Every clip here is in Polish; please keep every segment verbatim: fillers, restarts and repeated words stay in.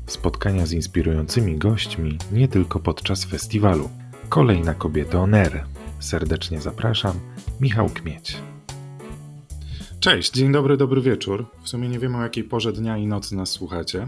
Spotkania z inspirującymi gośćmi nie tylko podczas festiwalu. Kolejna kobieta on air. Serdecznie zapraszam, Michał Kmieć. Cześć, dzień dobry, dobry wieczór. W sumie nie wiem, o jakiej porze dnia i nocy nas słuchacie.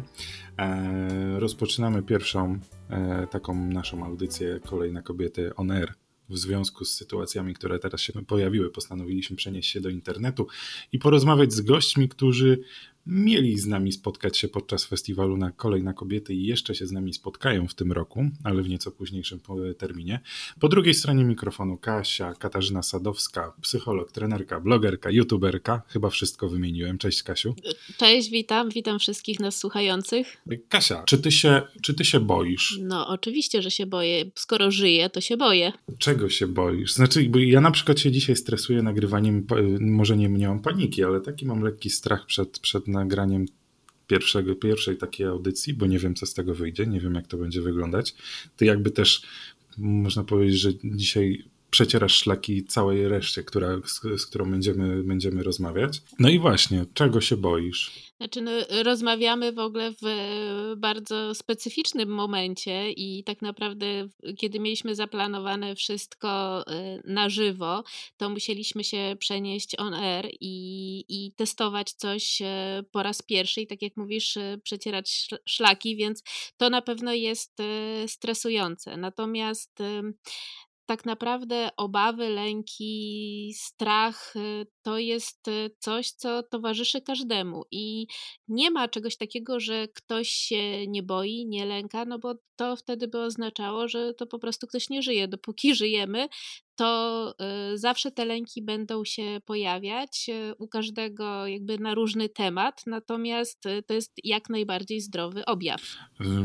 Eee, rozpoczynamy pierwszą e, taką naszą audycję Kolejna kobiety on air. W związku z sytuacjami, które teraz się pojawiły, postanowiliśmy przenieść się do internetu i porozmawiać z gośćmi, którzy mieli z nami spotkać się podczas festiwalu na Kolejna Kobiety i jeszcze się z nami spotkają w tym roku, ale w nieco późniejszym terminie. Po drugiej stronie mikrofonu Kasia, Katarzyna Sadowska, psycholog, trenerka, blogerka, youtuberka. Chyba wszystko wymieniłem. Cześć, Kasiu. Cześć, witam, witam wszystkich nas słuchających. Kasia, czy ty się, czy ty się boisz? No oczywiście, że się boję. Skoro żyję, to się boję. Czego się boisz? Znaczy, bo ja na przykład się dzisiaj stresuję nagrywaniem, może nie, nie mam paniki, ale taki mam lekki strach przed, przed nagraniem pierwszego, pierwszej takiej audycji, bo nie wiem, co z tego wyjdzie, nie wiem, jak to będzie wyglądać. Ty jakby też, można powiedzieć, że dzisiaj przecierasz szlaki całej reszcie, która, z, z którą będziemy, będziemy rozmawiać. No i właśnie, czego się boisz? Znaczy, no, rozmawiamy w ogóle w bardzo specyficznym momencie i tak naprawdę, kiedy mieliśmy zaplanowane wszystko na żywo, to musieliśmy się przenieść on air i, i testować coś po raz pierwszy i tak jak mówisz, przecierać szlaki, więc to na pewno jest stresujące. Natomiast tak naprawdę obawy, lęki, strach to jest coś, co towarzyszy każdemu i nie ma czegoś takiego, że ktoś się nie boi, nie lęka, no bo to wtedy by oznaczało, że to po prostu ktoś nie żyje. Dopóki żyjemy, to zawsze te lęki będą się pojawiać u każdego jakby na różny temat, natomiast to jest jak najbardziej zdrowy objaw.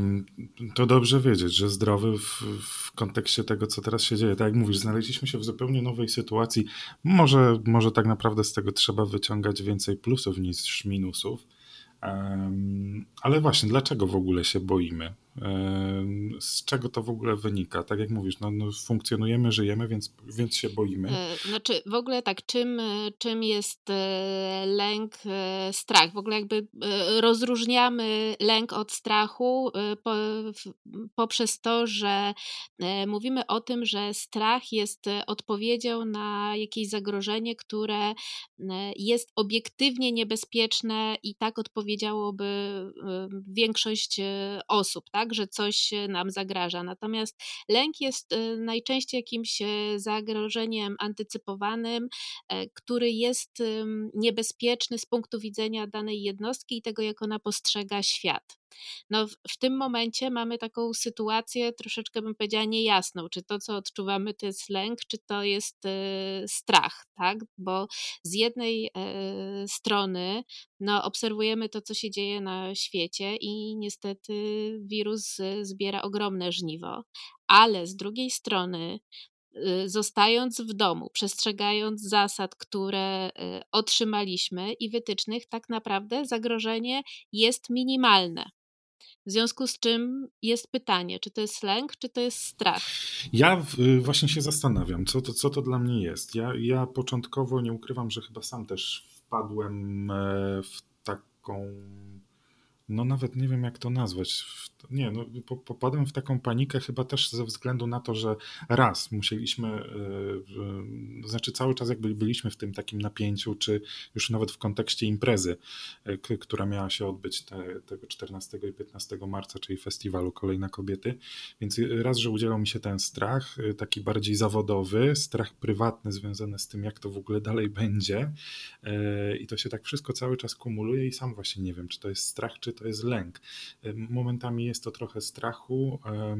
To dobrze wiedzieć, że zdrowy w, w kontekście tego, co teraz się dzieje. Tak jak mówisz, znaleźliśmy się w zupełnie nowej sytuacji. Może, może tak naprawdę z tego trzeba wyciągać więcej plusów niż minusów. Um, ale właśnie, dlaczego w ogóle się boimy? Um, z czego to w ogóle wynika? Tak jak mówisz, no, no funkcjonujemy, żyjemy, więc, więc się boimy. Znaczy w ogóle tak, czym, czym jest lęk, strach? W ogóle jakby rozróżniamy lęk od strachu po, poprzez to, że mówimy o tym, że strach jest odpowiedzią na jakieś zagrożenie, które jest obiektywnie niebezpieczne i tak odpowiedziałoby większość osób, tak, że coś nam zagraża. Natomiast lęk jest najczęściej jakimś zagrożeniem antycypowanym, który jest niebezpieczny z punktu widzenia danej jednostki i tego, jak ona postrzega świat. No w, w tym momencie mamy taką sytuację, troszeczkę bym powiedziała niejasną, czy to, co odczuwamy, to jest lęk, czy to jest e, strach, tak? Bo z jednej e, strony no, obserwujemy to, co się dzieje na świecie i niestety wirus zbiera ogromne żniwo, ale z drugiej strony zostając w domu, przestrzegając zasad, które otrzymaliśmy i wytycznych, tak naprawdę zagrożenie jest minimalne. W związku z czym jest pytanie, czy to jest lęk, czy to jest strach? Ja właśnie się zastanawiam, co to, co to dla mnie jest. Ja, ja początkowo nie ukrywam, że chyba sam też wpadłem w taką, no nawet nie wiem jak to nazwać, nie, no popadłem w taką panikę chyba też ze względu na to, że raz musieliśmy, yy, znaczy cały czas jakby byliśmy w tym takim napięciu, czy już nawet w kontekście imprezy, k- która miała się odbyć te, tego czternastego i piętnastego marca, czyli festiwalu Kolejna Kobiety, więc raz, że udzielał mi się ten strach, taki bardziej zawodowy, strach prywatny związany z tym, jak to w ogóle dalej będzie yy, i to się tak wszystko cały czas kumuluje i sam właśnie nie wiem, czy to jest strach, czy to jest lęk. Momentami jest to trochę strachu,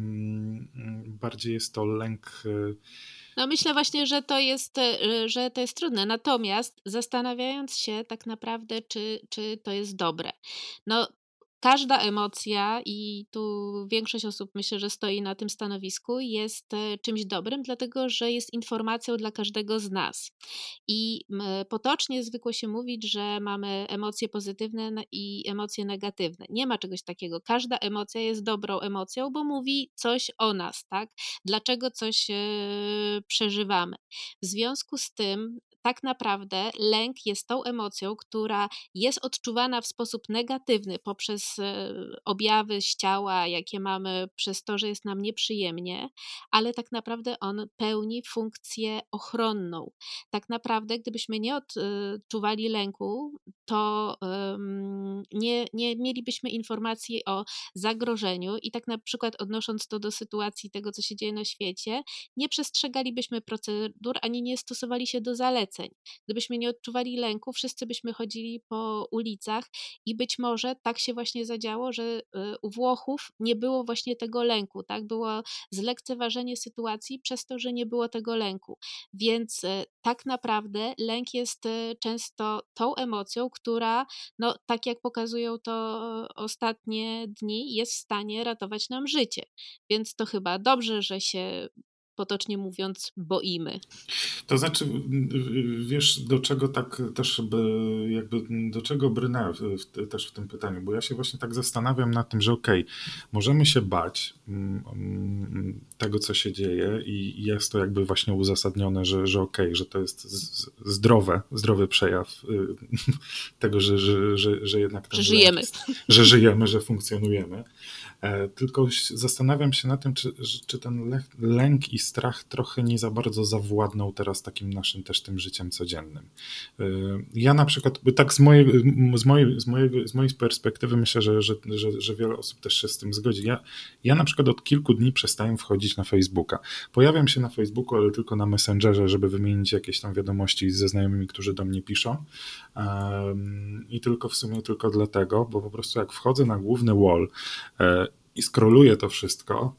bardziej jest to lęk. No myślę właśnie, że to jest, że to jest trudne. Natomiast zastanawiając się tak naprawdę, czy, czy to jest dobre. No każda emocja i tu większość osób myślę, że stoi na tym stanowisku, jest czymś dobrym, dlatego że jest informacją dla każdego z nas. I potocznie zwykło się mówić, że mamy emocje pozytywne i emocje negatywne. Nie ma czegoś takiego. Każda emocja jest dobrą emocją, bo mówi coś o nas, tak? Dlaczego coś przeżywamy. W związku z tym tak naprawdę lęk jest tą emocją, która jest odczuwana w sposób negatywny poprzez e, objawy z ciała, jakie mamy, przez to, że jest nam nieprzyjemnie, ale tak naprawdę on pełni funkcję ochronną. Tak naprawdę, gdybyśmy nie odczuwali lęku, to em, nie, nie mielibyśmy informacji o zagrożeniu i tak na przykład odnosząc to do sytuacji tego, co się dzieje na świecie, nie przestrzegalibyśmy procedur, ani nie stosowali się do zaleceń. Gdybyśmy nie odczuwali lęku, wszyscy byśmy chodzili po ulicach i być może tak się właśnie zadziało, że y, u Włochów nie było właśnie tego lęku, tak? Było zlekceważenie sytuacji przez to, że nie było tego lęku. Więc y, tak naprawdę lęk jest y, często tą emocją, która, no tak jak pokazują to ostatnie dni, jest w stanie ratować nam życie. Więc to chyba dobrze, że się potocznie mówiąc boimy. To znaczy, wiesz, do czego tak też by, jakby do czego brnę w, w, też w tym pytaniu, bo ja się właśnie tak zastanawiam nad tym, że okej, okay, możemy się bać mm, tego, co się dzieje i jest to jakby właśnie uzasadnione, że, że okej, okay, że to jest zdrowe, zdrowy przejaw tego, że, że, że, że jednak ten że żyjemy. Jest, że żyjemy, że funkcjonujemy. Tylko zastanawiam się na tym, czy, czy ten lęk i strach trochę nie za bardzo zawładnął teraz takim naszym też tym życiem codziennym. Ja na przykład, tak z mojej, z mojej, z mojego, z mojej perspektywy myślę, że, że, że, że wiele osób też się z tym zgodzi. Ja, ja na przykład od kilku dni przestałem wchodzić na Facebooka. Pojawiam się na Facebooku, ale tylko na Messengerze, żeby wymienić jakieś tam wiadomości ze znajomymi, którzy do mnie piszą. I tylko w sumie tylko dlatego, bo po prostu jak wchodzę na główny wall i scrolluję to wszystko,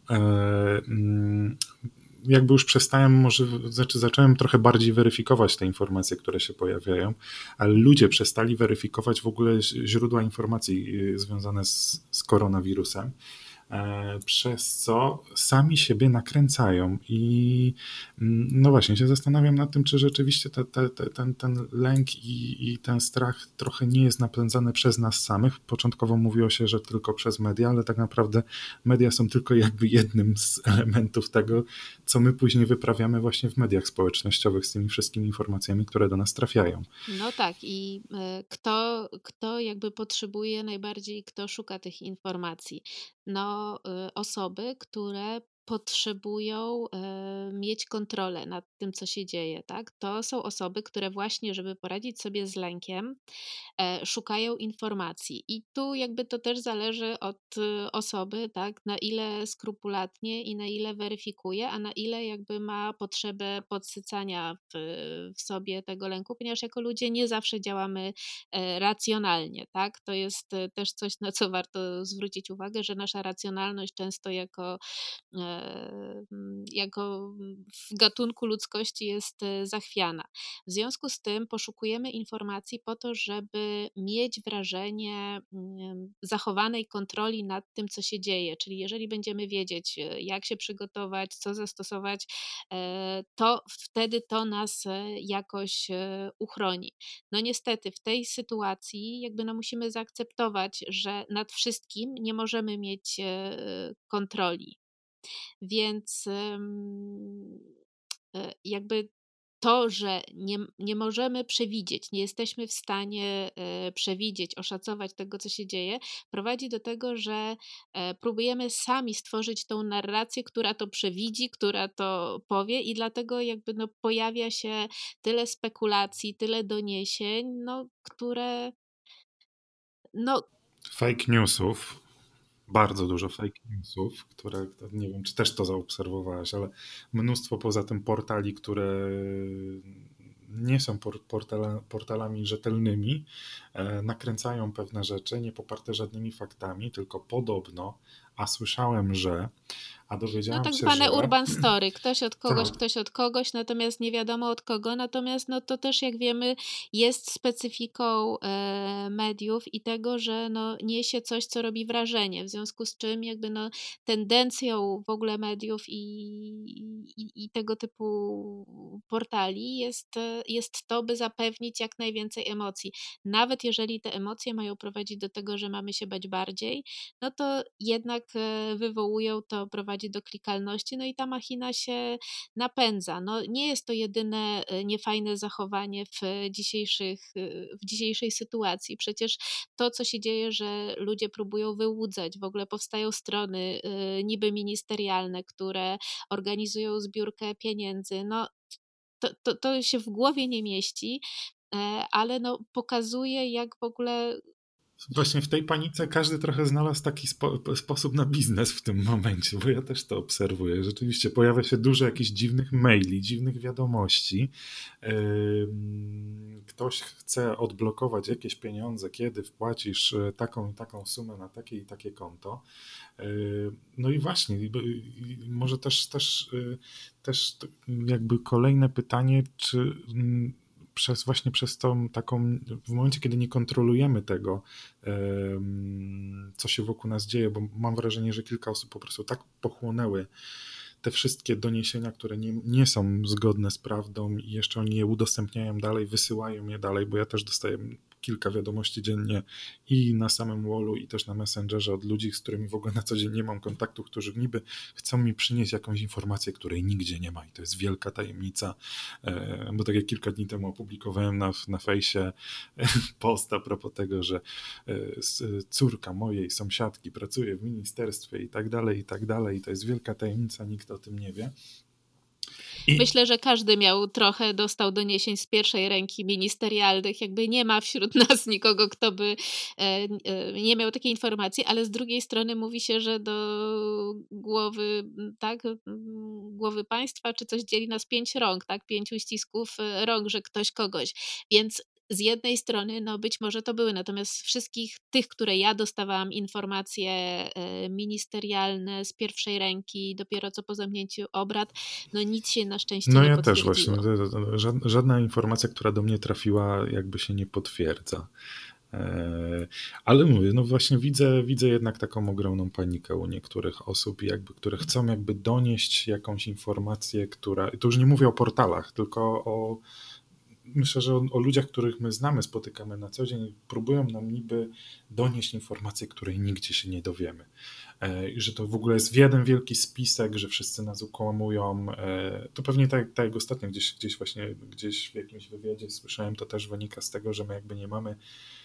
jakby już przestałem, może, znaczy zacząłem trochę bardziej weryfikować te informacje, które się pojawiają, ale ludzie przestali weryfikować w ogóle źródła informacji związane z, z koronawirusem, przez co sami siebie nakręcają i no właśnie się zastanawiam nad tym, czy rzeczywiście te, te, te, ten, ten lęk i, i ten strach trochę nie jest napędzany przez nas samych. Początkowo mówiło się, że tylko przez media, ale tak naprawdę media są tylko jakby jednym z elementów tego, co my później wyprawiamy właśnie w mediach społecznościowych z tymi wszystkimi informacjami, które do nas trafiają. No tak i kto, kto jakby potrzebuje najbardziej, kto szuka tych informacji? No osoby, które potrzebują e, mieć kontrolę nad tym, co się dzieje, tak? To są osoby, które właśnie, żeby poradzić sobie z lękiem, e, szukają informacji. I tu jakby to też zależy od e, osoby, tak? Na ile skrupulatnie i na ile weryfikuje, a na ile jakby ma potrzebę podsycania w, w sobie tego lęku, ponieważ jako ludzie nie zawsze działamy e, racjonalnie, tak? To jest e, też coś, na co warto zwrócić uwagę, że nasza racjonalność często jako jako w gatunku ludzkości jest zachwiana. W związku z tym poszukujemy informacji po to, żeby mieć wrażenie zachowanej kontroli nad tym, co się dzieje. Czyli jeżeli będziemy wiedzieć, jak się przygotować, co zastosować, to wtedy to nas jakoś uchroni. No niestety w tej sytuacji jakby no musimy zaakceptować, że nad wszystkim nie możemy mieć kontroli. Więc jakby to, że nie, nie możemy przewidzieć, nie jesteśmy w stanie przewidzieć, oszacować tego, co się dzieje, prowadzi do tego, że próbujemy sami stworzyć tą narrację, która to przewidzi, która to powie i dlatego jakby no pojawia się tyle spekulacji, tyle doniesień, no, które no... Fake newsów. Bardzo dużo fake newsów, które, nie wiem, czy też to zaobserwowałaś, ale mnóstwo poza tym portali, które nie są portala, portalami rzetelnymi, e, nakręcają pewne rzeczy, nie poparte żadnymi faktami, tylko podobno, a słyszałem, że, a dowiedziałam no tak się, zwane że... urban story, ktoś od kogoś, tak. ktoś od kogoś, natomiast nie wiadomo od kogo, natomiast no to też jak wiemy jest specyfiką e, mediów i tego, że no niesie coś, co robi wrażenie, w związku z czym jakby no tendencją w ogóle mediów i, i, i tego typu portali jest, jest to, by zapewnić jak najwięcej emocji. Nawet jeżeli te emocje mają prowadzić do tego, że mamy się bać bardziej, no to jednak jak e, wywołują, to prowadzi do klikalności, no i ta machina się napędza. No, nie jest to jedyne e, niefajne zachowanie w dzisiejszych, e, w dzisiejszej sytuacji. Przecież to, co się dzieje, że ludzie próbują wyłudzać, w ogóle powstają strony e, niby ministerialne, które organizują zbiórkę pieniędzy, no to, to, to się w głowie nie mieści, e, ale no pokazuje, jak w ogóle Właśnie w tej panice każdy trochę znalazł taki spo, sposób na biznes w tym momencie, bo ja też to obserwuję. Rzeczywiście pojawia się dużo jakichś dziwnych maili, dziwnych wiadomości. Ym, Ktoś chce odblokować jakieś pieniądze, kiedy wpłacisz e, taką i taką sumę na takie i takie konto. Yy, No i właśnie, i- i może też, też, yy, też t- jakby kolejne pytanie, czy mm, przez właśnie przez tą taką, w momencie, kiedy nie kontrolujemy tego, em, co się wokół nas dzieje, bo mam wrażenie, że kilka osób po prostu tak pochłonęły te wszystkie doniesienia, które nie, nie są zgodne z prawdą i jeszcze oni je udostępniają dalej, wysyłają je dalej, bo ja też dostaję kilka wiadomości dziennie i na samym wallu i też na Messengerze od ludzi, z którymi w ogóle na co dzień nie mam kontaktu, którzy niby chcą mi przynieść jakąś informację, której nigdzie nie ma i to jest wielka tajemnica, e, bo tak jak kilka dni temu opublikowałem na, na fejsie post a propos tego, że e, s- córka mojej sąsiadki pracuje w ministerstwie i tak dalej, i tak dalej i to jest wielka tajemnica, nikt o tym nie wie. I myślę, że każdy miał trochę, dostał doniesień z pierwszej ręki ministerialnych, jakby nie ma wśród nas nikogo, kto by e, e, nie miał takiej informacji, ale z drugiej strony mówi się, że do głowy, m, tak, m, głowy państwa czy coś dzieli nas pięć rąk, tak, pięć uścisków e, rąk, że ktoś kogoś, więc z jednej strony, no być może to były, natomiast wszystkich tych, które ja dostawałam informacje e, ministerialne z pierwszej ręki, dopiero co po zamknięciu obrad, no nic się na szczęście no nie ja też właśnie, potwierdziło. to- to- żad- żadna informacja, która do mnie trafiła, jakby się nie potwierdza. E, Ale mówię, no właśnie widzę, widzę jednak taką ogromną panikę u niektórych osób, jakby, które chcą jakby donieść jakąś informację, która, to już nie mówię o portalach, tylko o, myślę, że o, o ludziach, których my znamy, spotykamy na co dzień, próbują nam niby donieść informację, której nigdzie się nie dowiemy. E, I że to w ogóle jest w jeden wielki spisek, że wszyscy nas ukłamują. E, To pewnie tak, tak jak ostatnio gdzieś, gdzieś właśnie gdzieś w jakimś wywiadzie słyszałem, to też wynika z tego, że my jakby nie mamy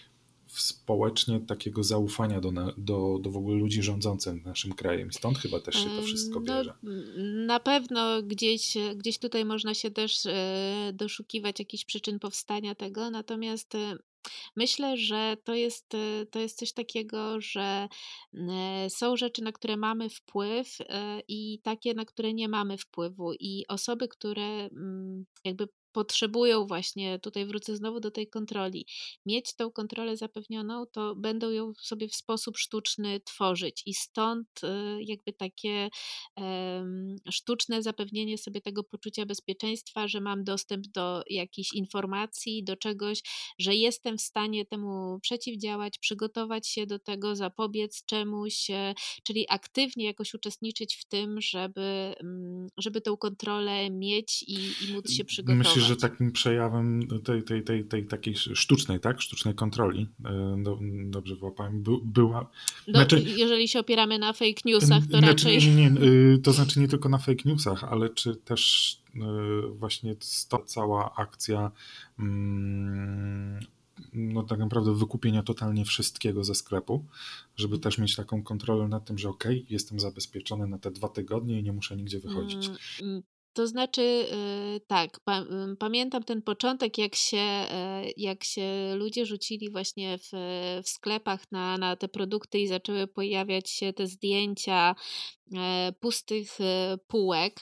społecznie takiego zaufania do, na, do, do w ogóle ludzi rządzących naszym krajem. I stąd chyba też się to wszystko Em, No, bierze. m, na pewno gdzieś, gdzieś tutaj można się też e, doszukiwać jakichś przyczyn powstania tego, natomiast e, myślę, że to jest, e, to jest coś takiego, że e, są rzeczy, na które mamy wpływ e, i takie, na które nie mamy wpływu. I osoby, które mm, jakby potrzebują właśnie, tutaj wrócę znowu do tej kontroli, mieć tą kontrolę zapewnioną, to będą ją sobie w sposób sztuczny tworzyć. I stąd e, jakby takie em, sztuczne zapewnienie sobie tego poczucia bezpieczeństwa, że mam dostęp do jakichś informacji, do czegoś, że jestem w stanie temu przeciwdziałać, przygotować się do tego, zapobiec czemuś, e, czyli aktywnie jakoś uczestniczyć w tym, żeby, mm, żeby tą kontrolę mieć i, i móc się Myślisz, że przygotować. takim przejawem tej, tej, tej, tej takiej sztucznej, tak? Sztucznej kontroli, e, do, dobrze wyłapałem, by, była. No, Znaczy, jeżeli się opieramy na fake newsach, to Znaczy, raczej... nie, nie, nie, y, to znaczy nie tylko na fake newsach, ale czy też y, właśnie ta cała akcja mm, no tak naprawdę wykupienia totalnie wszystkiego ze sklepu, żeby też mieć taką kontrolę nad tym, że okej, jestem zabezpieczony na te dwa tygodnie i nie muszę nigdzie wychodzić. Mm, mm, To znaczy, y, tak, pa, ym, pamiętam ten początek, jak się, e, jak się ludzie rzucili właśnie w, w sklepach na, na te produkty i zaczęły pojawiać się te zdjęcia e, pustych e, półek.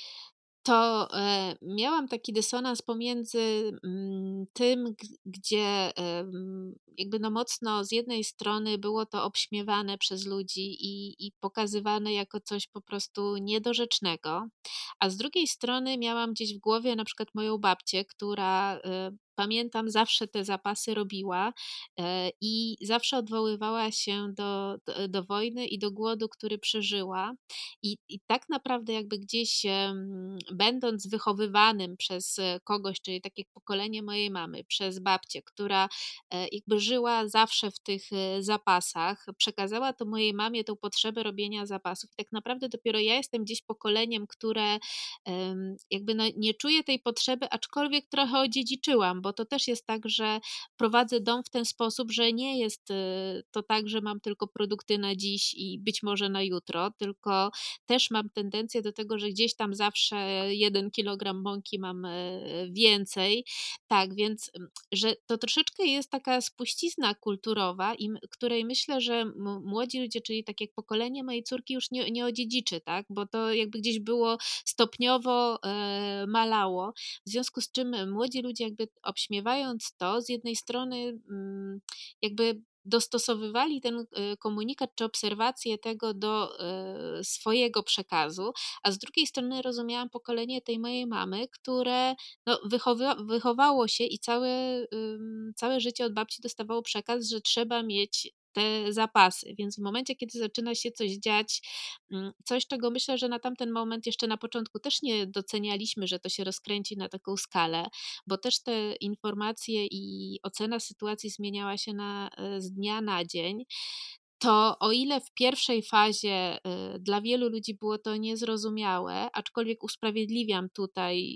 To e, miałam taki dysonans pomiędzy mm, tym, g- gdzie em, jakby no mocno z jednej strony było to obśmiewane przez ludzi i, i pokazywane jako coś po prostu niedorzecznego, a z drugiej strony miałam gdzieś w głowie na przykład moją babcię, która e, pamiętam, zawsze te zapasy robiła i zawsze odwoływała się do, do, do wojny i do głodu, który przeżyła. I, i tak naprawdę jakby gdzieś będąc wychowywanym przez kogoś, czyli takie pokolenie mojej mamy, przez babcię, która jakby żyła zawsze w tych zapasach, przekazała to mojej mamie tą potrzebę robienia zapasów. I tak naprawdę dopiero ja jestem gdzieś pokoleniem, które jakby no nie czuje tej potrzeby, aczkolwiek trochę odziedziczyłam, bo to też jest tak, że prowadzę dom w ten sposób, że nie jest to tak, że mam tylko produkty na dziś i być może na jutro, tylko też mam tendencję do tego, że gdzieś tam zawsze jeden kilogram mąki mam więcej. Tak, więc że to troszeczkę jest taka spuścizna kulturowa, i której myślę, że młodzi ludzie, czyli tak jak pokolenie mojej córki już nie, nie odziedziczy, tak, bo to jakby gdzieś było stopniowo e, malało, w związku z czym młodzi ludzie jakby obśmiewając to, z jednej strony m, jakby dostosowywali ten komunikat czy obserwację tego do swojego przekazu, a z drugiej strony rozumiałam pokolenie tej mojej mamy, które no, wychowa- wychowało się i całe, całe życie od babci dostawało przekaz, że trzeba mieć te zapasy, więc w momencie, kiedy zaczyna się coś dziać, coś, czego myślę, że na tamten moment jeszcze na początku też nie docenialiśmy, że to się rozkręci na taką skalę, bo też te informacje i ocena sytuacji zmieniała się na, z dnia na dzień, to o ile w pierwszej fazie y, dla wielu ludzi było to niezrozumiałe, aczkolwiek usprawiedliwiam tutaj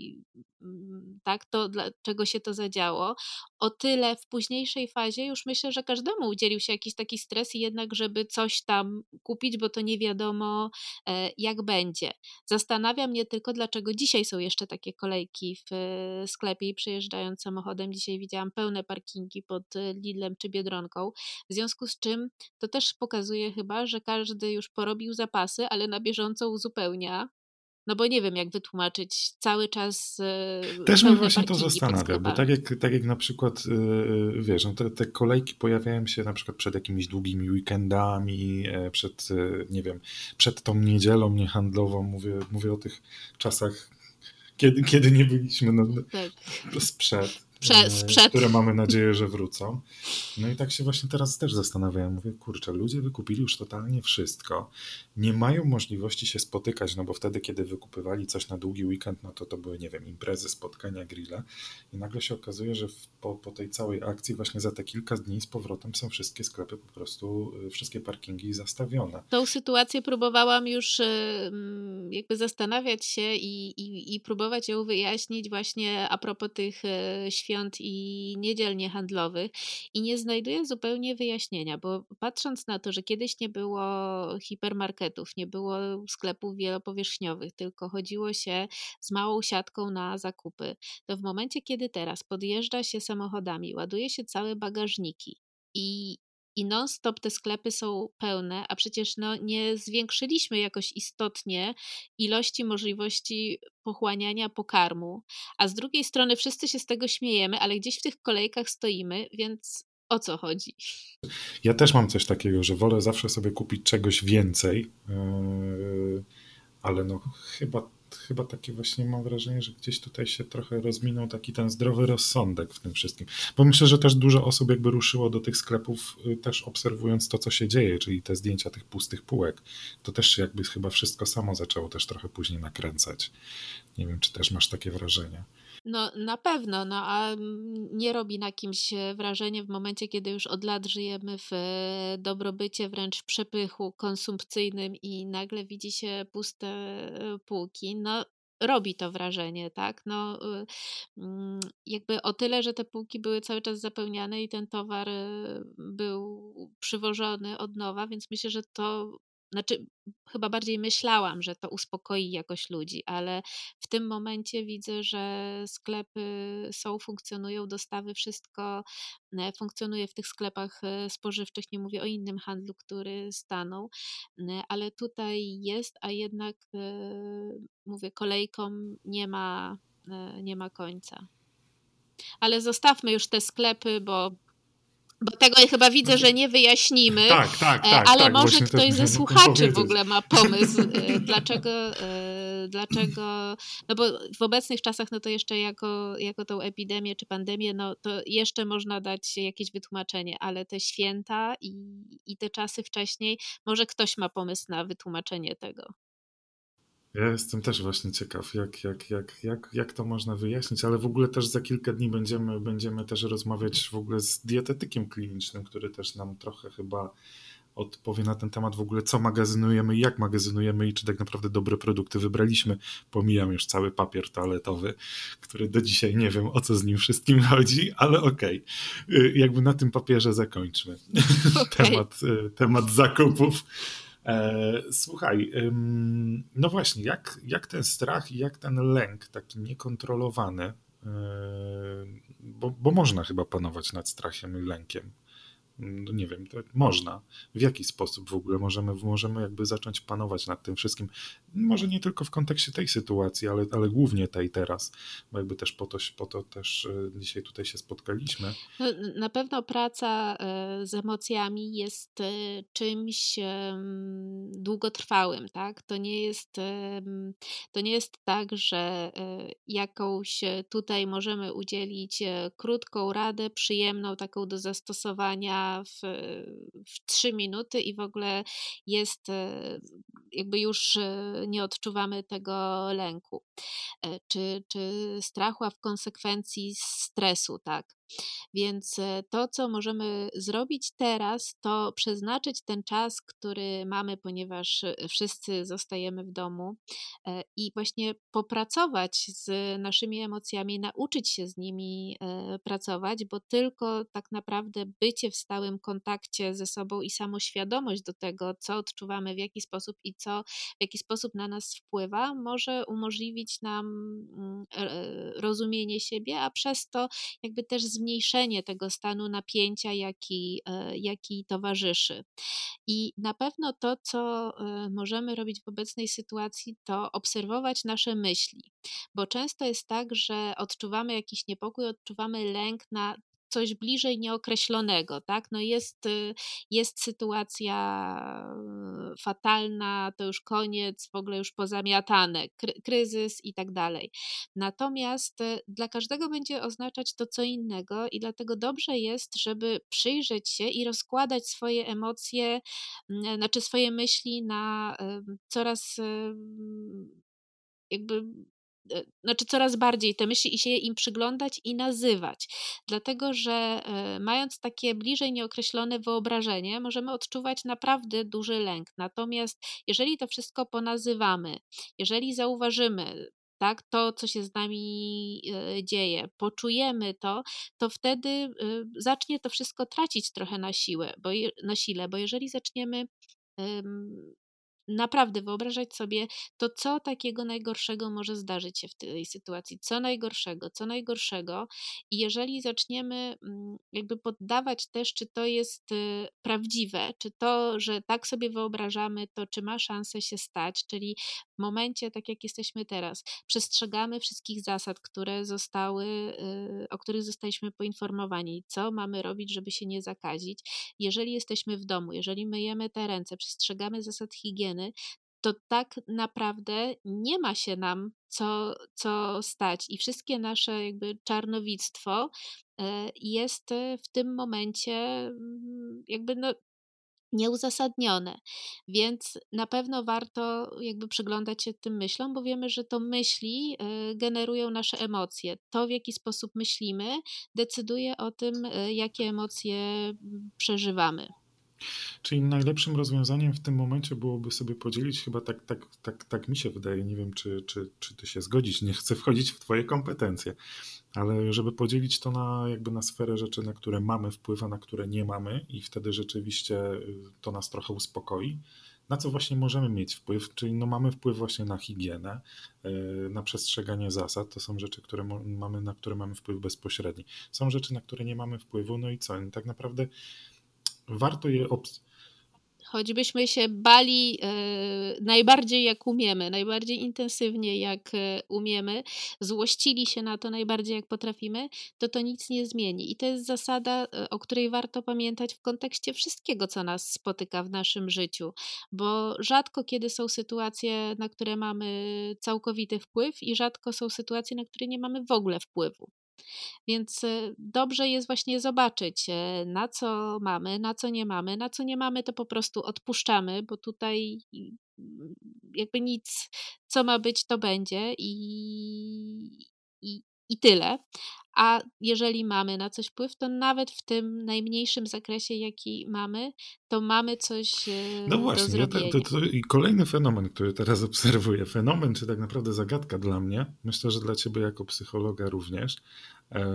mm, tak, to dlaczego się to zadziało, o tyle w późniejszej fazie już myślę, że każdemu udzielił się jakiś taki stres i jednak, żeby coś tam kupić, bo to nie wiadomo e, jak będzie. Zastanawia mnie tylko, dlaczego dzisiaj są jeszcze takie kolejki w e, sklepie i przejeżdżając samochodem, dzisiaj widziałam pełne parkingi pod e, Lidlem czy Biedronką, w związku z czym to też pokazuje chyba, że każdy już porobił zapasy, ale na bieżąco uzupełnia. No bo nie wiem, jak wytłumaczyć cały czas e, Też mnie pełne właśnie to parkingi pod zastanawia, bo sklepami. tak jak, tak jak na przykład, yy, wiesz, no te, te kolejki pojawiają się na przykład przed jakimiś długimi weekendami, e, przed, e, nie wiem, przed tą niedzielą niehandlową, mówię, mówię o tych czasach, kiedy, kiedy nie byliśmy no, Tak. sprzed, Prze, e, sprzed. które mamy nadzieję, że wrócą. No i tak się właśnie teraz też zastanawiam, mówię, kurczę, ludzie wykupili już totalnie wszystko, nie mają możliwości się spotykać, no bo wtedy, kiedy wykupywali coś na długi weekend, no to to były, nie wiem, imprezy, spotkania, grille i nagle się okazuje, że w, po, po tej całej akcji właśnie za te kilka dni z powrotem są wszystkie sklepy po prostu, wszystkie parkingi zastawione. Tą sytuację próbowałam już mm, jakby zastanawiać się i, i, i próbować ją wyjaśnić właśnie a propos tych e, świąt i niedziel niehandlowych i nie znajduję zupełnie wyjaśnienia, bo patrząc na to, że kiedyś nie było hipermarketów, nie było sklepów wielopowierzchniowych, tylko chodziło się z małą siatką na zakupy, to w momencie, kiedy teraz podjeżdża się samochodami, ładuje się całe bagażniki i I non-stop te sklepy są pełne, a przecież no, nie zwiększyliśmy jakoś istotnie ilości możliwości pochłaniania pokarmu, a z drugiej strony wszyscy się z tego śmiejemy, ale gdzieś w tych kolejkach stoimy, więc o co chodzi? Ja też mam coś takiego, że wolę zawsze sobie kupić czegoś więcej, yy, ale no chyba chyba takie właśnie mam wrażenie, że gdzieś tutaj się trochę rozminął taki ten zdrowy rozsądek w tym wszystkim. Bo myślę, że też dużo osób jakby ruszyło do tych sklepów też obserwując to, co się dzieje, czyli te zdjęcia tych pustych półek. To też jakby chyba wszystko samo zaczęło też trochę później nakręcać. Nie wiem, czy też masz takie wrażenie. No na pewno, no a nie robi na kimś wrażenie w momencie, kiedy już od lat żyjemy w dobrobycie, wręcz w przepychu konsumpcyjnym i nagle widzi się puste półki. No robi to wrażenie, tak? No jakby o tyle, że te półki były cały czas zapełniane i ten towar był przywożony od nowa, więc myślę, że to Znaczy, chyba bardziej myślałam, że to uspokoi jakoś ludzi, ale w tym momencie widzę, że sklepy są, funkcjonują, dostawy, wszystko funkcjonuje w tych sklepach spożywczych. Nie mówię o innym handlu, który stanął, ale tutaj jest, a jednak mówię, kolejkom nie ma, nie ma końca. Ale zostawmy już te sklepy, bo Bo tego chyba widzę, że nie wyjaśnimy, tak, tak, tak, ale tak, może ktoś ze słuchaczy w ogóle ma pomysł, dlaczego dlaczego, no bo w obecnych czasach, no to jeszcze jako, jako tą epidemię czy pandemię, no to jeszcze można dać jakieś wytłumaczenie, ale te święta i, i te czasy wcześniej, może ktoś ma pomysł na wytłumaczenie tego. Ja jestem też właśnie ciekaw, jak, jak, jak, jak, jak to można wyjaśnić, ale w ogóle też za kilka dni będziemy, będziemy też rozmawiać w ogóle z dietetykiem klinicznym, który też nam trochę chyba odpowie na ten temat w ogóle, co magazynujemy i jak magazynujemy i czy tak naprawdę dobre produkty wybraliśmy. Pomijam już cały papier toaletowy, który do dzisiaj nie wiem, o co z nim wszystkim chodzi, ale okej. Okay. Jakby na tym papierze zakończmy okay. temat, temat zakupów. Słuchaj, no właśnie, jak, jak ten strach i jak ten lęk taki niekontrolowany, bo, bo można chyba panować nad strachem i lękiem. No nie wiem, to można. W jaki sposób w ogóle możemy, możemy jakby zacząć panować nad tym wszystkim? Może nie tylko w kontekście tej sytuacji, ale, ale głównie tej teraz, bo jakby też po to, po to też dzisiaj tutaj się spotkaliśmy. No, na pewno praca z emocjami jest czymś długotrwałym, tak? To nie jest, to nie jest tak, że jakąś tutaj możemy udzielić krótką radę, przyjemną, taką do zastosowania w, w trzy minuty i w ogóle jest, jakby już nie odczuwamy tego lęku czy, czy strachu, a w konsekwencji stresu, tak. Więc to, co możemy zrobić teraz, to przeznaczyć ten czas, który mamy, ponieważ wszyscy zostajemy w domu i właśnie popracować z naszymi emocjami, nauczyć się z nimi pracować, bo tylko tak naprawdę bycie w stałym kontakcie ze sobą i samoświadomość do tego, co odczuwamy, w jaki sposób i co, w jaki sposób na nas wpływa, może umożliwić nam rozumienie siebie, a przez to jakby też zmniejszenie tego stanu napięcia, jaki, jaki towarzyszy. I na pewno to, co możemy robić w obecnej sytuacji, to obserwować nasze myśli, bo często jest tak, że odczuwamy jakiś niepokój, odczuwamy lęk na coś bliżej nieokreślonego, tak? No jest, jest sytuacja fatalna, to już koniec, w ogóle już pozamiatane, kry, kryzys i tak dalej. Natomiast dla każdego będzie oznaczać to co innego i dlatego dobrze jest, żeby przyjrzeć się i rozkładać swoje emocje, znaczy swoje myśli na coraz jakby znaczy coraz bardziej te myśli i się im przyglądać i nazywać. Dlatego, że mając takie bliżej nieokreślone wyobrażenie, możemy odczuwać naprawdę duży lęk. Natomiast jeżeli to wszystko ponazywamy, jeżeli zauważymy, tak, to, co się z nami dzieje, poczujemy to, to wtedy zacznie to wszystko tracić trochę na siłę, bo je, na sile, bo jeżeli zaczniemy um, naprawdę wyobrażać sobie to, co takiego najgorszego może zdarzyć się w tej sytuacji, co najgorszego, co najgorszego i jeżeli zaczniemy jakby poddawać też, czy to jest prawdziwe, czy to, że tak sobie wyobrażamy, to czy ma szansę się stać, czyli w momencie, tak jak jesteśmy teraz, przestrzegamy wszystkich zasad, które zostały, o których zostaliśmy poinformowani, co mamy robić, żeby się nie zakazić. Jeżeli jesteśmy w domu, jeżeli myjemy te ręce, przestrzegamy zasad higieny, to tak naprawdę nie ma się nam co, co stać i wszystkie nasze jakby czarnowictwo jest w tym momencie jakby no nieuzasadnione, więc na pewno warto jakby przyglądać się tym myślom, bo wiemy, że to myśli generują nasze emocje. To, w jaki sposób myślimy, decyduje o tym, jakie emocje przeżywamy. Czyli najlepszym rozwiązaniem w tym momencie byłoby sobie podzielić, chyba tak, tak, tak, tak mi się wydaje, nie wiem czy, czy, czy ty się zgodzisz, nie chcę wchodzić w twoje kompetencje, ale żeby podzielić to na jakby na sferę rzeczy, na które mamy wpływ, a na które nie mamy i wtedy rzeczywiście to nas trochę uspokoi. Na co właśnie możemy mieć wpływ, czyli no mamy wpływ właśnie na higienę, na przestrzeganie zasad, to są rzeczy, które mamy, na które mamy wpływ bezpośredni. Są rzeczy, na które nie mamy wpływu, no i co? No tak naprawdę warto je obs- choćbyśmy się bali e, najbardziej jak umiemy, najbardziej intensywnie jak e, umiemy, złościli się na to najbardziej jak potrafimy, to to nic nie zmieni. I to jest zasada, e, o której warto pamiętać w kontekście wszystkiego, co nas spotyka w naszym życiu, bo rzadko kiedy są sytuacje, na które mamy całkowity wpływ i rzadko są sytuacje, na które nie mamy w ogóle wpływu. Więc e, dobrze jest właśnie zobaczyć, e, na co mamy, na co nie mamy. Na co nie mamy, to po prostu odpuszczamy, bo tutaj mm, jakby nic, co ma być, to będzie i, i, i tyle. A jeżeli mamy na coś wpływ, to nawet w tym najmniejszym zakresie, jaki mamy, to mamy coś e, No do właśnie, ja te, to, zrobienia. to i kolejny fenomen, który teraz obserwuję, fenomen, czy tak naprawdę zagadka dla mnie, myślę, że dla ciebie jako psychologa również, e,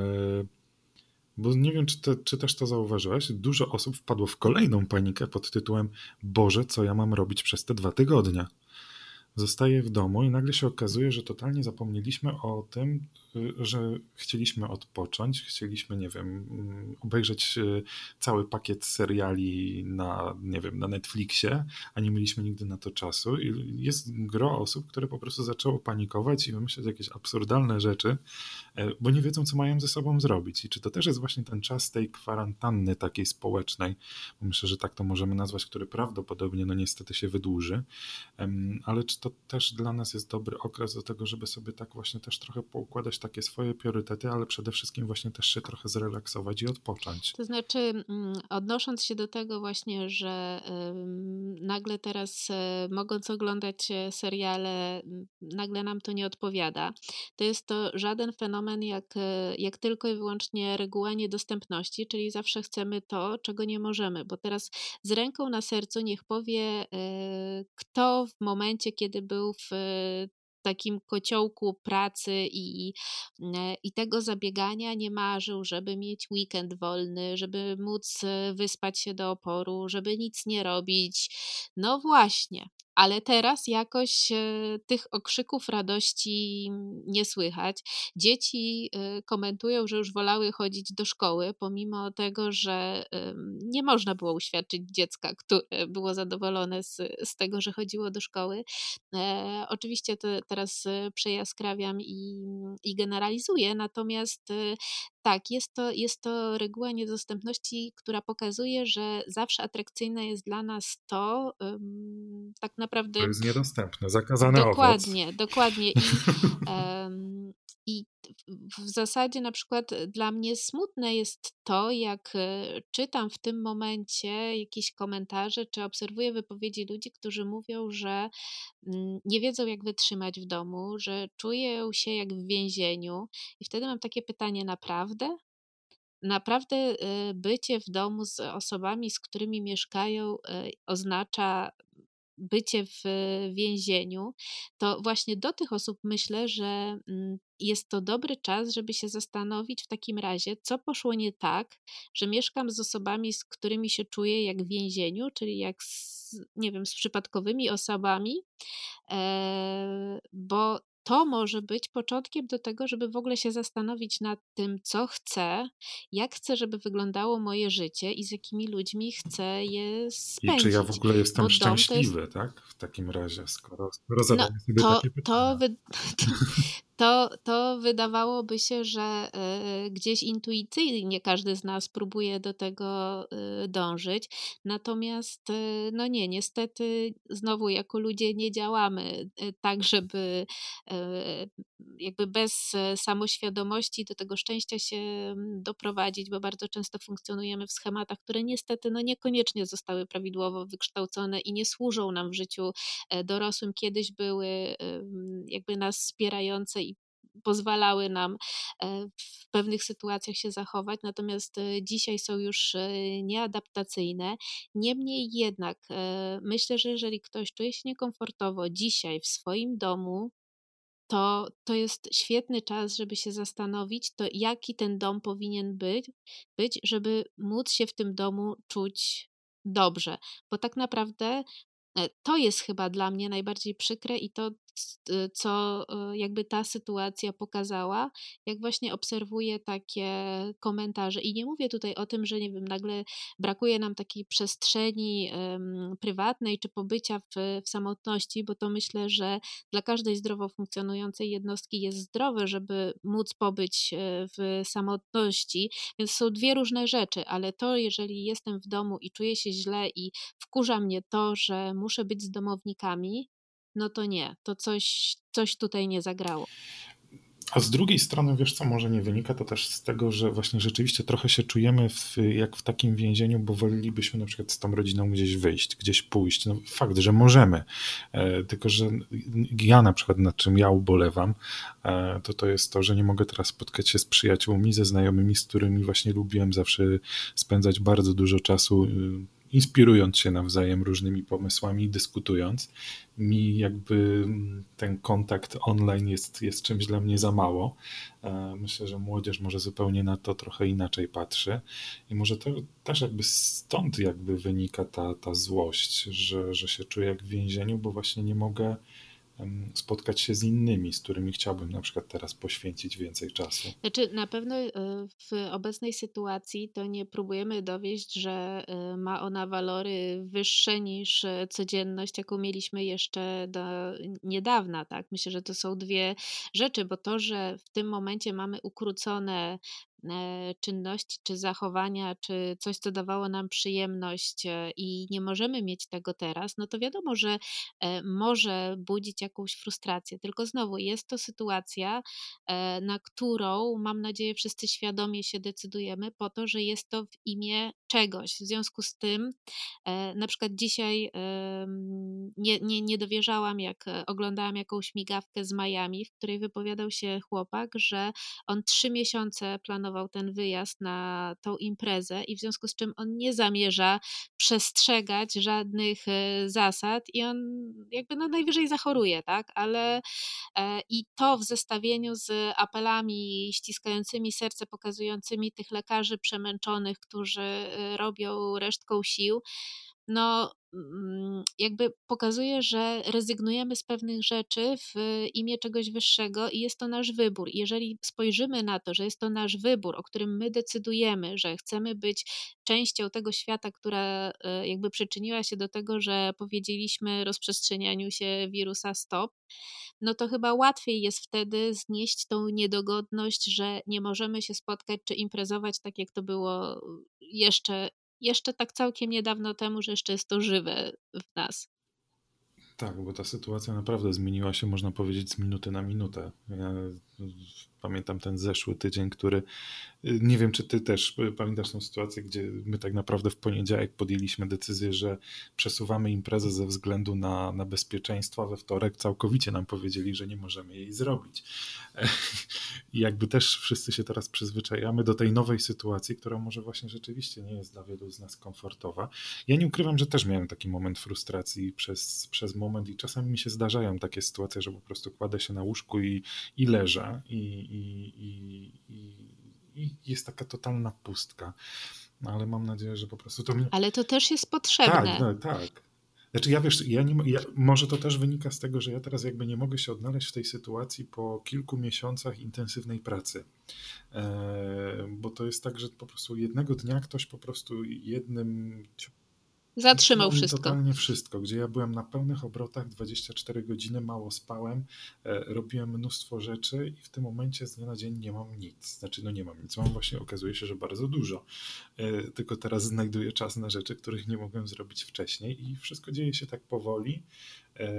bo nie wiem, czy, te, czy też to zauważyłeś, dużo osób wpadło w kolejną panikę pod tytułem Boże, co ja mam robić przez te dwa tygodnie? Zostaję w domu i nagle się okazuje, że totalnie zapomnieliśmy o tym, y, że chcieliśmy odpocząć, chcieliśmy, nie wiem, mm, obejrzeć y, cały pakiet seriali na, nie wiem, na Netflixie, a nie mieliśmy nigdy na to czasu. I jest gro osób, które po prostu zaczęło panikować i wymyślać jakieś absurdalne rzeczy, e, bo nie wiedzą, co mają ze sobą zrobić. I czy to też jest właśnie ten czas tej kwarantanny takiej społecznej, bo myślę, że tak to możemy nazwać, który prawdopodobnie, no niestety się wydłuży. Em, Ale czy to też dla nas jest dobry okres do tego, żeby sobie tak właśnie też trochę poukładać takie swoje priorytety, ale przede wszystkim właśnie też się trochę zrelaksować i odpocząć? To znaczy, mm, odnosząc się do tego właśnie, że ym, nagle teraz, e, mogąc oglądać e, seriale, m, nagle nam to nie odpowiada, to jest to żaden fenomen jak, e, jak tylko i wyłącznie reguła niedostępności, czyli zawsze chcemy to, czego nie możemy, bo teraz z ręką na sercu niech powie, e, kto w momencie, kiedy był w e, takim kociołku pracy i E, i tego zabiegania nie marzył, żeby mieć weekend wolny, żeby móc e, wyspać się do oporu, żeby nic nie robić. No właśnie, ale teraz jakoś e, tych okrzyków radości nie słychać. Dzieci e, komentują, że już wolały chodzić do szkoły, pomimo tego, że em, nie można było uświadczyć dziecka, które było zadowolone z, z tego, że chodziło do szkoły. E, oczywiście to teraz e, przejaskrawiam i, i generalizuję, natomiast e, tak, jest to, jest to reguła niedostępności, która pokazuje, że zawsze atrakcyjne jest dla nas to, em, tak To naprawdę jest niedostępne, zakazany owoc. dokładnie, dokładnie i, em, i w w zasadzie na przykład dla mnie smutne jest to, jak e, czytam w tym momencie jakieś komentarze, czy obserwuję wypowiedzi ludzi, którzy mówią, że mm, nie wiedzą, jak wytrzymać w domu, że czują się jak w więzieniu. I wtedy mam takie pytanie: naprawdę? Naprawdę y, bycie w domu z osobami, z którymi mieszkają, y, oznacza bycie w więzieniu, to właśnie do tych osób myślę, że mm, jest to dobry czas, żeby się zastanowić w takim razie, co poszło nie tak, że mieszkam z osobami, z którymi się czuję jak w więzieniu, czyli jak z, nie wiem, z przypadkowymi osobami, e, bo to może być początkiem do tego, żeby w ogóle się zastanowić nad tym, co chcę, jak chcę, żeby wyglądało moje życie i z jakimi ludźmi chcę je I czy ja w spędzić. ogóle Bo jestem dom to jest szczęśliwy, tak? W takim razie, skoro, skoro no, zadamy sobie to, takie to, pytania. wy, to, to, to wydawałoby się, że e, gdzieś intuicyjnie każdy z nas próbuje do tego e, dążyć. Natomiast, e, no nie, niestety, znowu jako ludzie nie działamy e, tak, żeby e, jakby bez e, samoświadomości do tego szczęścia się mm, doprowadzić, bo bardzo często funkcjonujemy w schematach, które niestety no niekoniecznie zostały prawidłowo wykształcone i nie służą nam w życiu e, dorosłym. Kiedyś były em, jakby nas wspierające i pozwalały nam e, w pewnych sytuacjach się zachować, natomiast e, dzisiaj są już e, nieadaptacyjne. Niemniej jednak e, myślę, że jeżeli ktoś czuje się niekomfortowo dzisiaj w swoim domu, to, to jest świetny czas, żeby się zastanowić, to jaki ten dom powinien być, być, żeby móc się w tym domu czuć dobrze. Bo tak naprawdę e, to jest chyba dla mnie najbardziej przykre i to, co jakby ta sytuacja pokazała, jak właśnie obserwuję takie komentarze. I nie mówię tutaj o tym, że nie wiem, nagle brakuje nam takiej przestrzeni um, prywatnej czy pobycia w, w samotności, bo to myślę, że dla każdej zdrowo funkcjonującej jednostki jest zdrowe, żeby móc pobyć w samotności, więc są dwie różne rzeczy, ale to, jeżeli jestem w domu i czuję się źle i wkurza mnie to, że muszę być z domownikami, no to nie, to coś, coś tutaj nie zagrało. A z drugiej strony, wiesz co, może nie wynika to też z tego, że właśnie rzeczywiście trochę się czujemy w, jak w takim więzieniu, bo wolelibyśmy na przykład z tą rodziną gdzieś wyjść, gdzieś pójść. No fakt, że możemy, e, tylko że ja na przykład, nad czym ja ubolewam, e, to to jest to, że nie mogę teraz spotkać się z przyjaciółmi, ze znajomymi, z którymi właśnie lubiłem zawsze spędzać bardzo dużo czasu, inspirując się nawzajem różnymi pomysłami, dyskutując. Mi jakby ten kontakt online jest, jest czymś dla mnie za mało. Myślę, że młodzież może zupełnie na to trochę inaczej patrzy i może to też jakby stąd jakby wynika ta, ta złość, że, że się czuję jak w więzieniu, bo właśnie nie mogę spotkać się z innymi, z którymi chciałbym na przykład teraz poświęcić więcej czasu. Znaczy, na pewno w obecnej sytuacji to nie próbujemy dowieść, że ma ona walory wyższe niż codzienność, jaką mieliśmy jeszcze do niedawna, tak? Myślę, że to są dwie rzeczy, bo to, że w tym momencie mamy ukrócone czynności, czy zachowania, czy coś, co dawało nam przyjemność i nie możemy mieć tego teraz, no to wiadomo, że może budzić jakąś frustrację. Tylko znowu jest to sytuacja, na którą, mam nadzieję, wszyscy świadomie się decydujemy po to, że jest to w imię czegoś. W związku z tym na przykład dzisiaj nie, nie, nie dowierzałam, jak oglądałam jakąś migawkę z Miami, w której wypowiadał się chłopak, że on trzy miesiące planował ten wyjazd na tą imprezę i w związku z czym on nie zamierza przestrzegać żadnych zasad i on jakby no najwyżej zachoruje, tak? Ale i to w zestawieniu z apelami ściskającymi serce, pokazującymi tych lekarzy przemęczonych, którzy robią resztką sił, no jakby pokazuje, że rezygnujemy z pewnych rzeczy w imię czegoś wyższego i jest to nasz wybór. I jeżeli spojrzymy na to, że jest to nasz wybór, o którym my decydujemy, że chcemy być częścią tego świata, która jakby przyczyniła się do tego, że powiedzieliśmy rozprzestrzenianiu się wirusa stop, no to chyba łatwiej jest wtedy znieść tą niedogodność, że nie możemy się spotkać czy imprezować tak, jak to było jeszcze Jeszcze tak całkiem niedawno temu, że jeszcze jest to żywe w nas. Tak, bo ta sytuacja naprawdę zmieniła się, można powiedzieć, z minuty na minutę. Ja pamiętam ten zeszły tydzień, który, nie wiem, czy ty też pamiętasz tą sytuację, gdzie my tak naprawdę w poniedziałek podjęliśmy decyzję, że przesuwamy imprezę ze względu na, na bezpieczeństwo, a we wtorek całkowicie nam powiedzieli, że nie możemy jej zrobić. I jakby też wszyscy się teraz przyzwyczajamy do tej nowej sytuacji, która może właśnie rzeczywiście nie jest dla wielu z nas komfortowa. Ja nie ukrywam, że też miałem taki moment frustracji przez, przez moment i czasami mi się zdarzają takie sytuacje, że po prostu kładę się na łóżku i, i leżę i, i, i, i, i jest taka totalna pustka. No ale mam nadzieję, że po prostu to mnie... Ale to też jest potrzebne. Tak, no, tak. Znaczy ja wiesz, ja nie, ja, może to też wynika z tego, że ja teraz jakby nie mogę się odnaleźć w tej sytuacji po kilku miesiącach intensywnej pracy. E, bo to jest tak, że po prostu jednego dnia ktoś po prostu jednym... Zatrzymał wszystko. Totalnie wszystko, gdzie ja byłem na pełnych obrotach, dwadzieścia cztery godziny, mało spałem, e, robiłem mnóstwo rzeczy i w tym momencie z dnia na dzień nie mam nic. Znaczy no nie mam nic, mam właśnie, okazuje się, że bardzo dużo. E, tylko teraz znajduję czas na rzeczy, których nie mogłem zrobić wcześniej i wszystko dzieje się tak powoli. E,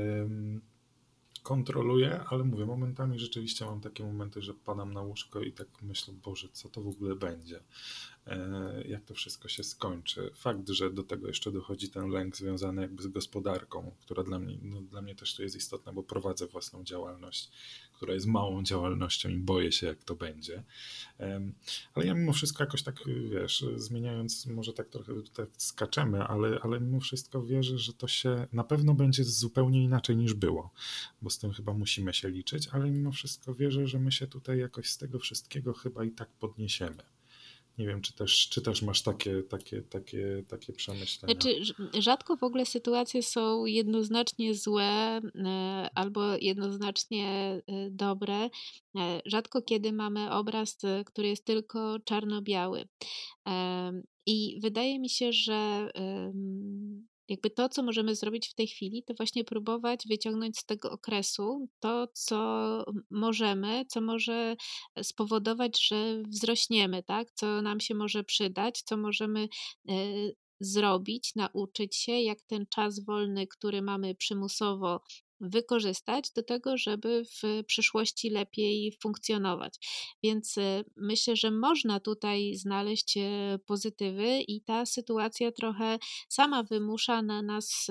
kontroluję, ale mówię, momentami rzeczywiście mam takie momenty, że padam na łóżko i tak myślę, Boże, co to w ogóle będzie? Jak to wszystko się skończy. Fakt, że do tego jeszcze dochodzi ten lęk związany jakby z gospodarką, która dla mnie, no dla mnie też tu jest istotna, bo prowadzę własną działalność, która jest małą działalnością i boję się, jak to będzie. Ale ja mimo wszystko jakoś tak, wiesz, zmieniając, może tak trochę tak skaczemy, ale, ale mimo wszystko wierzę, że to się na pewno będzie zupełnie inaczej niż było, bo z tym chyba musimy się liczyć, ale mimo wszystko wierzę, że my się tutaj jakoś z tego wszystkiego chyba i tak podniesiemy. Nie wiem, czy też, czy też masz takie, takie, takie, takie przemyślenia. Znaczy, rzadko w ogóle sytuacje są jednoznacznie złe albo jednoznacznie dobre. Rzadko kiedy mamy obraz, który jest tylko czarno-biały. I wydaje mi się, że jakby to, co możemy zrobić w tej chwili, to właśnie próbować wyciągnąć z tego okresu to, co możemy, co może spowodować, że wzrośniemy, tak? Co nam się może przydać, co możemy zrobić, nauczyć się, jak ten czas wolny, który mamy przymusowo wykorzystać do tego, żeby w przyszłości lepiej funkcjonować. Więc myślę, że można tutaj znaleźć pozytywy i ta sytuacja trochę sama wymusza na nas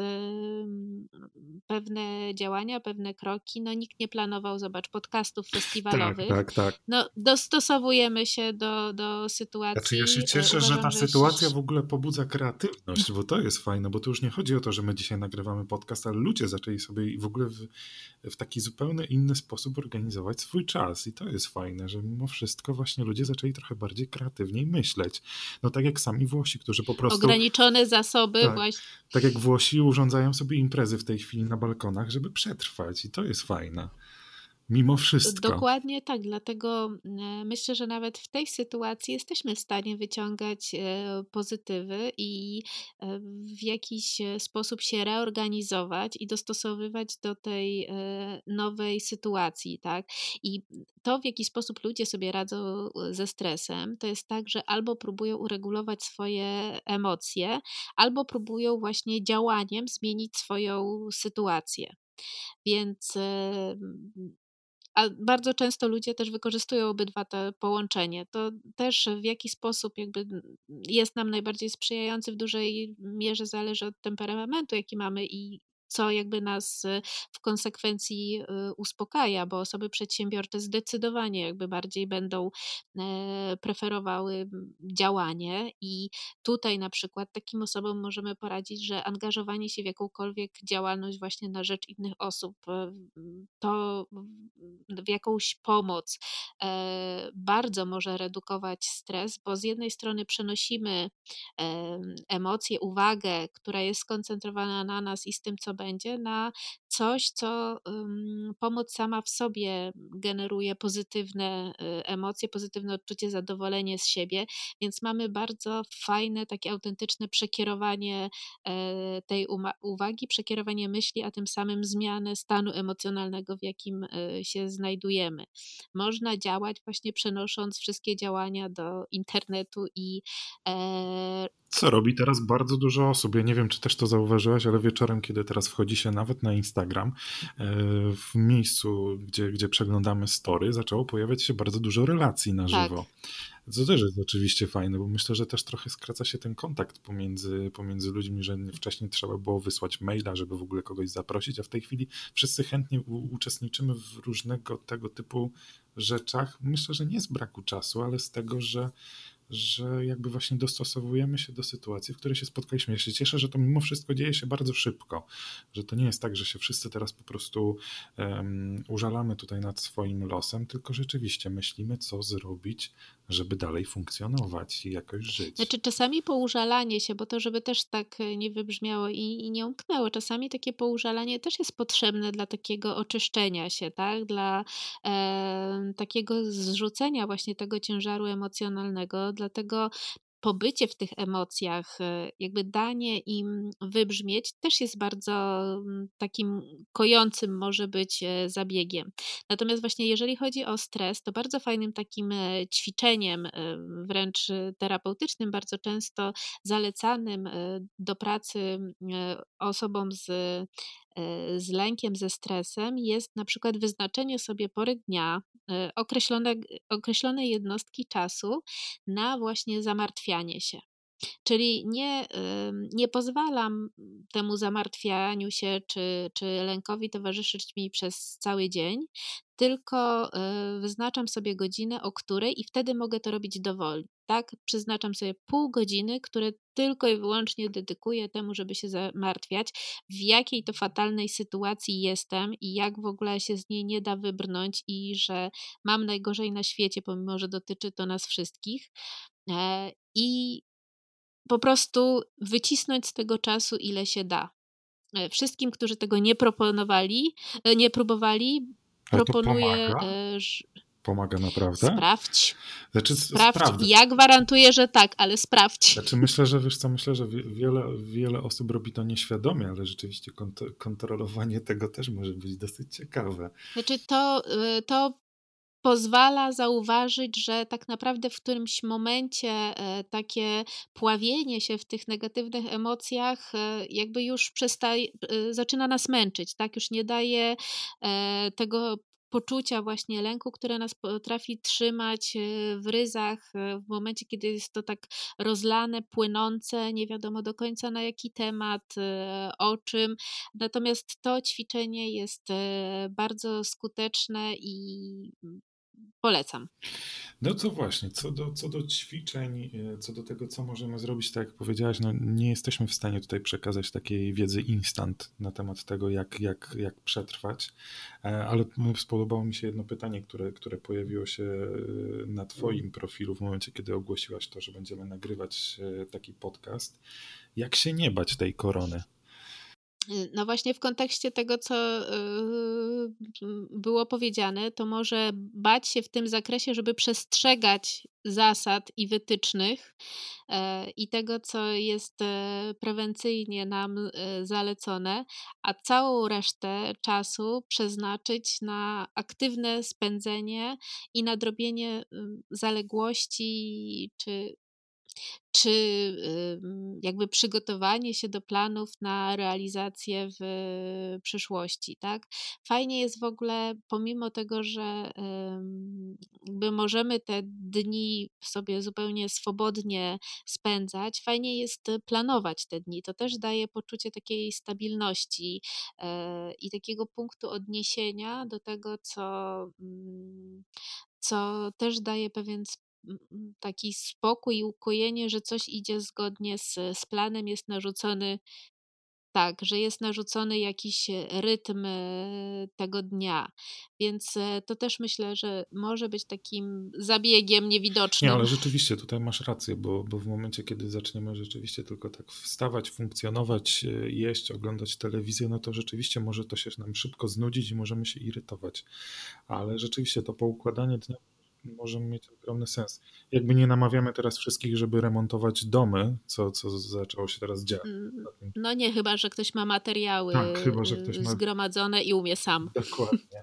pewne działania, pewne kroki. No nikt nie planował, zobacz, podcastów festiwalowych. Tak, tak, tak. No dostosowujemy się do, do sytuacji. Znaczy ja się cieszę, Uważam, że ta że sytuacja w ogóle pobudza kreatywność, bo to jest fajne, bo to już nie chodzi o to, że my dzisiaj nagrywamy podcast, ale ludzie zaczęli sobie w ogóle w, w taki zupełnie inny sposób organizować swój czas i to jest fajne, że mimo wszystko właśnie ludzie zaczęli trochę bardziej kreatywniej myśleć. No tak jak sami Włosi, którzy po prostu... Ograniczone zasoby tak, właśnie. Tak jak Włosi urządzają sobie imprezy w tej chwili na balkonach, żeby przetrwać i to jest fajne. Mimo wszystko. Dokładnie tak, dlatego myślę, że nawet w tej sytuacji jesteśmy w stanie wyciągać pozytywy i w jakiś sposób się reorganizować i dostosowywać do tej nowej sytuacji, tak? I to, w jaki sposób ludzie sobie radzą ze stresem, to jest tak, że albo próbują uregulować swoje emocje, albo próbują właśnie działaniem zmienić swoją sytuację. Więc a bardzo często ludzie też wykorzystują obydwa te połączenie. To też w jaki sposób jakby jest nam najbardziej sprzyjający w dużej mierze zależy od temperamentu, jaki mamy i co jakby nas w konsekwencji uspokaja, bo osoby przedsiębiorcze zdecydowanie jakby bardziej będą preferowały działanie i tutaj na przykład takim osobom możemy poradzić, że angażowanie się w jakąkolwiek działalność właśnie na rzecz innych osób, to w jakąś pomoc bardzo może redukować stres, bo z jednej strony przenosimy emocje, uwagę, która jest skoncentrowana na nas i z tym, co będzie, na coś, co um, pomoc sama w sobie generuje pozytywne emocje, pozytywne odczucie, zadowolenie z siebie, więc mamy bardzo fajne, takie autentyczne przekierowanie e, tej uma- uwagi, przekierowanie myśli, a tym samym zmianę stanu emocjonalnego, w jakim e, się znajdujemy. Można działać właśnie przenosząc wszystkie działania do internetu i e, Co robi teraz bardzo dużo osób. Ja nie wiem, czy też to zauważyłaś, ale wieczorem, kiedy teraz wchodzi się nawet na Instagram, w miejscu, gdzie, gdzie przeglądamy story, zaczęło pojawiać się bardzo dużo relacji na żywo. Tak. Co też jest oczywiście fajne, bo myślę, że też trochę skraca się ten kontakt pomiędzy, pomiędzy ludźmi, że wcześniej trzeba było wysłać maila, żeby w ogóle kogoś zaprosić, a w tej chwili wszyscy chętnie uczestniczymy w różnego tego typu rzeczach. Myślę, że nie z braku czasu, ale z tego, że że jakby właśnie dostosowujemy się do sytuacji, w której się spotkaliśmy. Ja się cieszę, że to mimo wszystko dzieje się bardzo szybko, że to nie jest tak, że się wszyscy teraz po prostu um, użalamy tutaj nad swoim losem, tylko rzeczywiście myślimy, co zrobić, żeby dalej funkcjonować i jakoś żyć. Znaczy czasami poużalanie się, bo to żeby też tak nie wybrzmiało i, i nie umknęło, czasami takie poużalanie też jest potrzebne dla takiego oczyszczenia się, tak? Dla e, takiego zrzucenia właśnie tego ciężaru emocjonalnego, dlatego pobycie w tych emocjach, jakby danie im wybrzmieć też jest bardzo takim kojącym może być zabiegiem. Natomiast właśnie jeżeli chodzi o stres, to bardzo fajnym takim ćwiczeniem, wręcz terapeutycznym, bardzo często zalecanym do pracy osobom z z lękiem, ze stresem jest na przykład wyznaczenie sobie pory dnia, określone, określonej jednostki czasu na właśnie zamartwianie się. Czyli nie, nie pozwalam temu zamartwianiu się czy, czy lękowi towarzyszyć mi przez cały dzień, tylko wyznaczam sobie godzinę, o której i wtedy mogę to robić dowolnie. Tak? Przyznaczam sobie pół godziny, które tylko i wyłącznie dedykuję temu, żeby się zamartwiać, w jakiej to fatalnej sytuacji jestem i jak w ogóle się z niej nie da wybrnąć i że mam najgorzej na świecie, pomimo że dotyczy to nas wszystkich. i po prostu wycisnąć z tego czasu, ile się da. Wszystkim, którzy tego nie proponowali, nie próbowali, Ale to proponuję, pomaga? że Pomaga naprawdę? sprawdź. Znaczy, Sprawdź. sprawdzę. Ja gwarantuję, że tak, ale sprawdź. Znaczy myślę, że wiesz co, myślę, że wiele, wiele osób robi to nieświadomie, ale rzeczywiście kont- kontrolowanie tego też może być dosyć ciekawe. Znaczy to, to pozwala zauważyć, że tak naprawdę w którymś momencie takie pławienie się w tych negatywnych emocjach jakby już przestaje, zaczyna nas męczyć, tak? Już nie daje tego poczucia właśnie lęku, które nas potrafi trzymać w ryzach w momencie, kiedy jest to tak rozlane, płynące, nie wiadomo do końca na jaki temat, o czym. Natomiast to ćwiczenie jest bardzo skuteczne i polecam. No to właśnie, co do, co do ćwiczeń, co do tego, co możemy zrobić, tak jak powiedziałaś, no nie jesteśmy w stanie tutaj przekazać takiej wiedzy instant na temat tego, jak, jak, jak przetrwać, ale spodobało mi się jedno pytanie, które, które pojawiło się na twoim profilu w momencie, kiedy ogłosiłaś to, że będziemy nagrywać taki podcast. Jak się nie bać tej korony? No właśnie w kontekście tego, co było powiedziane, to może bać się w tym zakresie, żeby przestrzegać zasad i wytycznych i tego, co jest prewencyjnie nam zalecone, a całą resztę czasu przeznaczyć na aktywne spędzenie i nadrobienie zaległości czy czy jakby przygotowanie się do planów na realizację w przyszłości, tak? Fajnie jest w ogóle, pomimo tego, że jakby możemy te dni sobie zupełnie swobodnie spędzać, fajnie jest planować te dni. To też daje poczucie takiej stabilności i takiego punktu odniesienia do tego, co, co też daje pewien taki spokój i ukojenie, że coś idzie zgodnie z, z planem, jest narzucony, tak, że jest narzucony jakiś rytm tego dnia. Więc to też myślę, że może być takim zabiegiem niewidocznym. Nie, ale rzeczywiście tutaj masz rację, bo, bo w momencie, kiedy zaczniemy rzeczywiście tylko tak wstawać, funkcjonować, jeść, oglądać telewizję, no to rzeczywiście może to się nam szybko znudzić i możemy się irytować. Ale rzeczywiście to poukładanie dnia może mieć ogromny sens. Jakby nie namawiamy teraz wszystkich, żeby remontować domy, co, co zaczęło się teraz dziać. No nie, chyba że ktoś ma materiały tak, chyba, że ktoś ma... zgromadzone i umie sam. Dokładnie.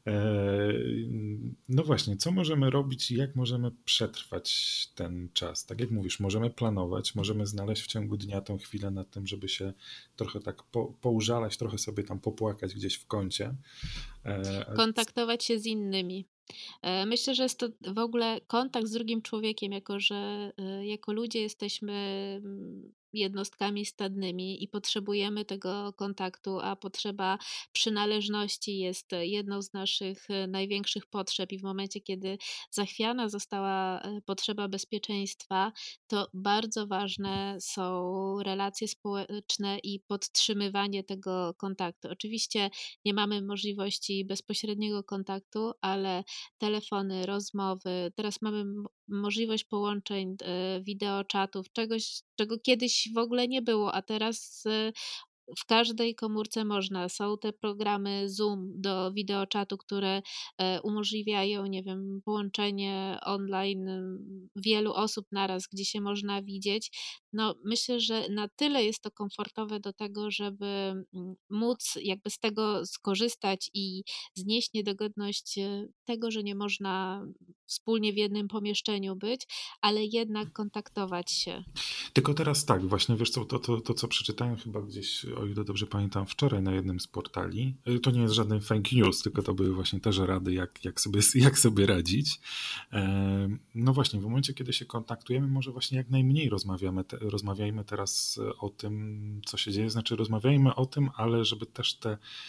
No właśnie, co możemy robić i jak możemy przetrwać ten czas? Tak jak mówisz, możemy planować, możemy znaleźć w ciągu dnia tą chwilę na tym, żeby się trochę tak po, poużalać, trochę sobie tam popłakać gdzieś w kącie. Kontaktować się z innymi. Myślę, że jest to w ogóle kontakt z drugim człowiekiem, jako że jako ludzie jesteśmy jednostkami stadnymi i potrzebujemy tego kontaktu, a potrzeba przynależności jest jedną z naszych największych potrzeb i w momencie, kiedy zachwiana została potrzeba bezpieczeństwa, to bardzo ważne są relacje społeczne i podtrzymywanie tego kontaktu. Oczywiście nie mamy możliwości bezpośredniego kontaktu, ale telefony, rozmowy, teraz mamy możliwość połączeń, wideoczatów, czegoś, czego kiedyś w ogóle nie było, a teraz w każdej komórce można. Są te programy Zoom do wideoczatu, które umożliwiają, nie wiem, połączenie online wielu osób naraz, gdzie się można widzieć. No, myślę, że na tyle jest to komfortowe do tego, żeby móc jakby z tego skorzystać i znieść niedogodność tego, że nie można wspólnie w jednym pomieszczeniu być, ale jednak kontaktować się. Tylko teraz tak, właśnie wiesz co, to, to, to co przeczytałem chyba gdzieś, o ile dobrze pamiętam, wczoraj na jednym z portali, to nie jest żaden fake news, tylko to były właśnie też rady, jak, jak, sobie, jak sobie radzić. No właśnie, w momencie, kiedy się kontaktujemy, może właśnie jak najmniej rozmawiamy, te, rozmawiajmy teraz o tym, co się dzieje, znaczy rozmawiajmy o tym, ale żeby też te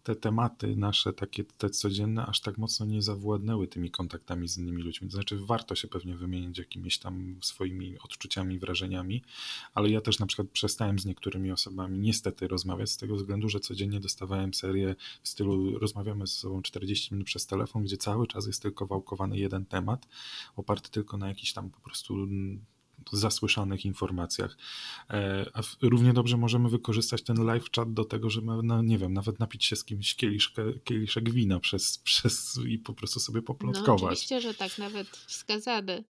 te tematy nasze, takie te codzienne, aż tak mocno nie zawładnęły tymi kontaktami z innymi ludźmi. To znaczy warto się pewnie wymienić jakimiś tam swoimi odczuciami, wrażeniami, ale ja też na przykład przestałem z niektórymi osobami niestety rozmawiać z tego względu, że codziennie dostawałem serię w stylu rozmawiamy ze sobą czterdzieści minut przez telefon, gdzie cały czas jest tylko wałkowany jeden temat, oparty tylko na jakichś tam po prostu zasłyszanych informacjach. A równie dobrze możemy wykorzystać ten live chat do tego, żeby, no nie wiem, nawet napić się z kimś kieliszkę, kieliszek wina przez, przez i po prostu sobie poplotkować. No oczywiście, że tak, nawet wskazany.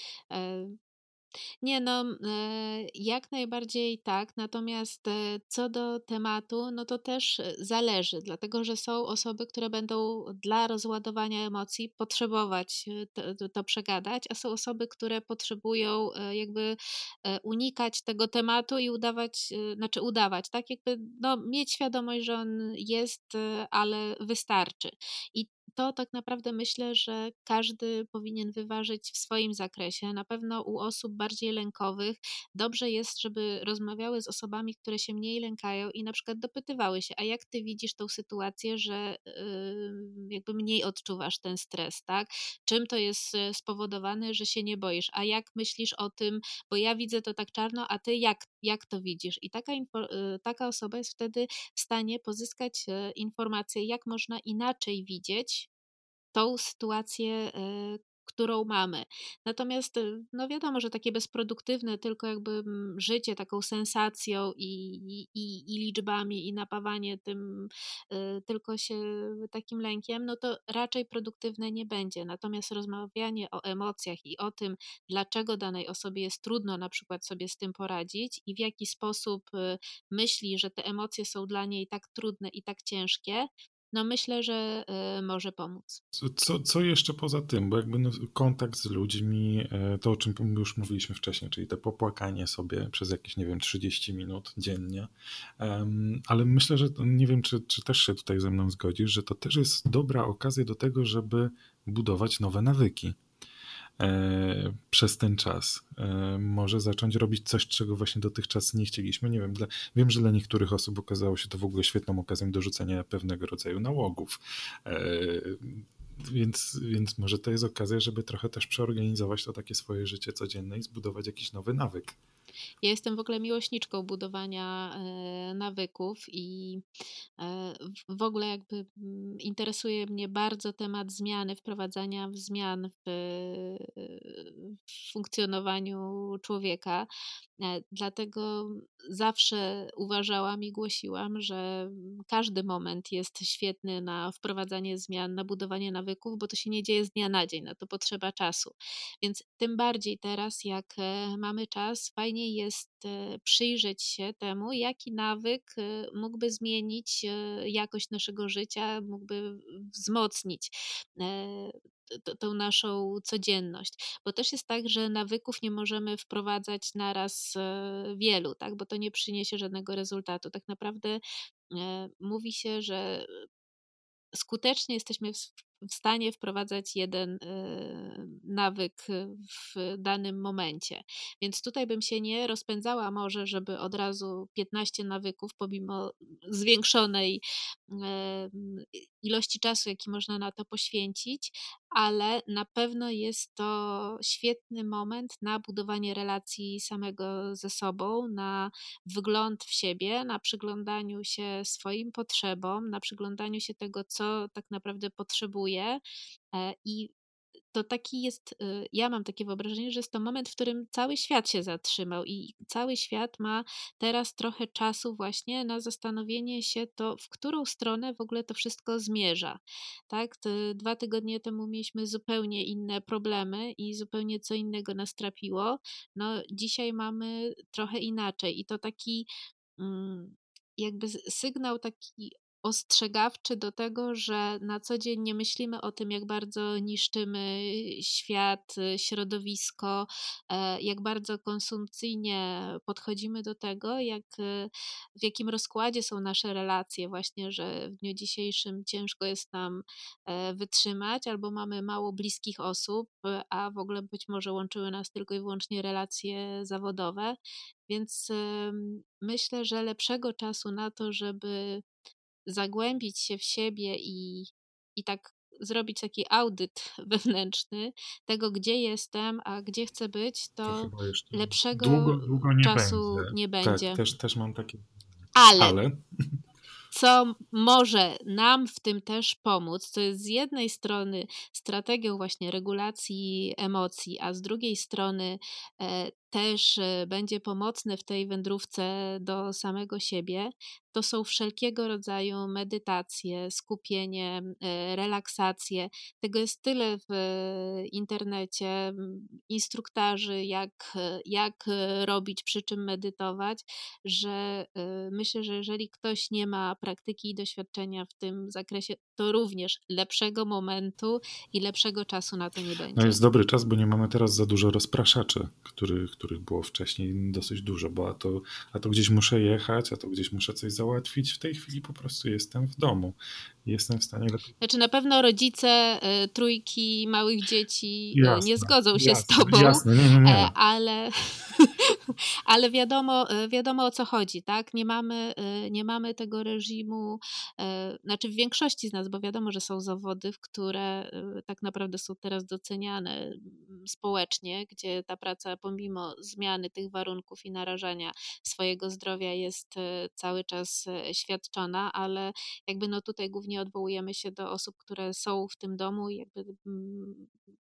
Nie no, jak najbardziej tak, natomiast co do tematu, no to też zależy, dlatego że są osoby, które będą dla rozładowania emocji potrzebować to, to przegadać, a są osoby, które potrzebują jakby unikać tego tematu i udawać, znaczy udawać, tak jakby no, mieć świadomość, że on jest, ale wystarczy. I to tak naprawdę myślę, że każdy powinien wyważyć w swoim zakresie. Na pewno u osób bardziej lękowych dobrze jest, żeby rozmawiały z osobami, które się mniej lękają i na przykład dopytywały się, a jak ty widzisz tą sytuację, że yy, jakby mniej odczuwasz ten stres, tak? Czym to jest spowodowane, że się nie boisz? A jak myślisz o tym, bo ja widzę to tak czarno, a ty jak, jak to widzisz? I taka, info, yy, taka osoba jest wtedy w stanie pozyskać yy, informację, jak można inaczej widzieć tą sytuację, którą mamy. Natomiast no wiadomo, że takie bezproduktywne tylko jakby życie taką sensacją i, i, i liczbami i napawanie tym tylko się takim lękiem, no to raczej produktywne nie będzie. Natomiast rozmawianie o emocjach i o tym, dlaczego danej osobie jest trudno na przykład sobie z tym poradzić i w jaki sposób myśli, że te emocje są dla niej tak trudne i tak ciężkie, no myślę, że y, może pomóc. Co, co jeszcze poza tym? Bo jakby no, kontakt z ludźmi, to o czym już mówiliśmy wcześniej, czyli te popłakanie sobie przez jakieś, nie wiem, trzydzieści minut dziennie. Um, ale myślę, że nie wiem, czy, czy też się tutaj ze mną zgodzisz, że to też jest dobra okazja do tego, żeby budować nowe nawyki. E, przez ten czas. E, może zacząć robić coś, czego właśnie dotychczas nie chcieliśmy. Nie wiem, dla, wiem, że dla niektórych osób okazało się to w ogóle świetną okazją do rzucenia pewnego rodzaju nałogów. E, więc, więc może to jest okazja, żeby trochę też przeorganizować to takie swoje życie codzienne i zbudować jakiś nowy nawyk. Ja jestem w ogóle miłośniczką budowania nawyków i w ogóle jakby interesuje mnie bardzo temat zmiany, wprowadzania zmian w, w funkcjonowaniu człowieka. Dlatego zawsze uważałam i głosiłam, że każdy moment jest świetny na wprowadzanie zmian, na budowanie nawyków, bo to się nie dzieje z dnia na dzień, na to potrzeba czasu. Więc tym bardziej teraz, jak mamy czas, fajnie jest przyjrzeć się temu, jaki nawyk mógłby zmienić jakość naszego życia, mógłby wzmocnić tą naszą codzienność. Bo też jest tak, że nawyków nie możemy wprowadzać naraz wielu, tak? Bo to nie przyniesie żadnego rezultatu. Tak naprawdę mówi się, że skutecznie jesteśmy w w stanie wprowadzać jeden nawyk w danym momencie. Więc tutaj bym się nie rozpędzała może, żeby od razu piętnaście nawyków, pomimo zwiększonej ilości czasu, jaki można na to poświęcić, ale na pewno jest to świetny moment na budowanie relacji samego ze sobą, na wgląd w siebie, na przyglądaniu się swoim potrzebom, na przyglądaniu się tego, co tak naprawdę potrzebuję. I to taki jest, ja mam takie wyobrażenie, że jest to moment, w którym cały świat się zatrzymał i cały świat ma teraz trochę czasu właśnie na zastanowienie się to, w którą stronę w ogóle to wszystko zmierza. Tak? Dwa tygodnie temu mieliśmy zupełnie inne problemy i zupełnie co innego nas trapiło. No dzisiaj mamy trochę inaczej i to taki jakby sygnał taki ostrzegawczy do tego, że na co dzień nie myślimy o tym, jak bardzo niszczymy świat, środowisko, jak bardzo konsumpcyjnie podchodzimy do tego, jak, w jakim rozkładzie są nasze relacje właśnie, że w dniu dzisiejszym ciężko jest nam wytrzymać albo mamy mało bliskich osób, a w ogóle być może łączyły nas tylko i wyłącznie relacje zawodowe, więc myślę, że lepszego czasu na to, żeby zagłębić się w siebie i, i tak zrobić taki audyt wewnętrzny tego, gdzie jestem, a gdzie chcę być, To to chyba jeszcze lepszego długo, długo nie czasu będzie. nie Tak, będzie. też, też mam takie... Ale Ale co może nam w tym też pomóc, to jest z jednej strony strategią właśnie regulacji emocji, a z drugiej strony e, też e, będzie pomocne w tej wędrówce do samego siebie, to są wszelkiego rodzaju medytacje, skupienie, e, relaksacje. Tego jest tyle w e, internecie, m, instruktarzy, jak, e, jak e, robić, przy czym medytować, że y, myślę, że jeżeli ktoś nie ma praktyki i doświadczenia w tym zakresie, to również lepszego momentu i lepszego czasu na to nie no będzie. jest dobry czas, bo nie mamy teraz za dużo rozpraszaczy, których, których było wcześniej dosyć dużo, bo a to, a to gdzieś muszę jechać, a to gdzieś muszę coś załatwić. W tej chwili po prostu jestem w domu. Jestem w stanie lepiej. Znaczy na pewno rodzice y, trójki małych dzieci y, nie Jasne, zgodzą się z jasne, tobą, jasne, nie, nie, nie. e, ale, ale wiadomo, y, wiadomo o co chodzi, tak? Nie mamy, y, nie mamy tego reżimu, y, znaczy w większości z nas, bo wiadomo, że są zawody, w które y, tak naprawdę są teraz doceniane mm, społecznie, gdzie ta praca pomimo zmiany tych warunków i narażania swojego zdrowia jest y, cały czas y, świadczona, ale jakby no tutaj głównie odwołujemy się do osób, które są w tym domu i jakby mm,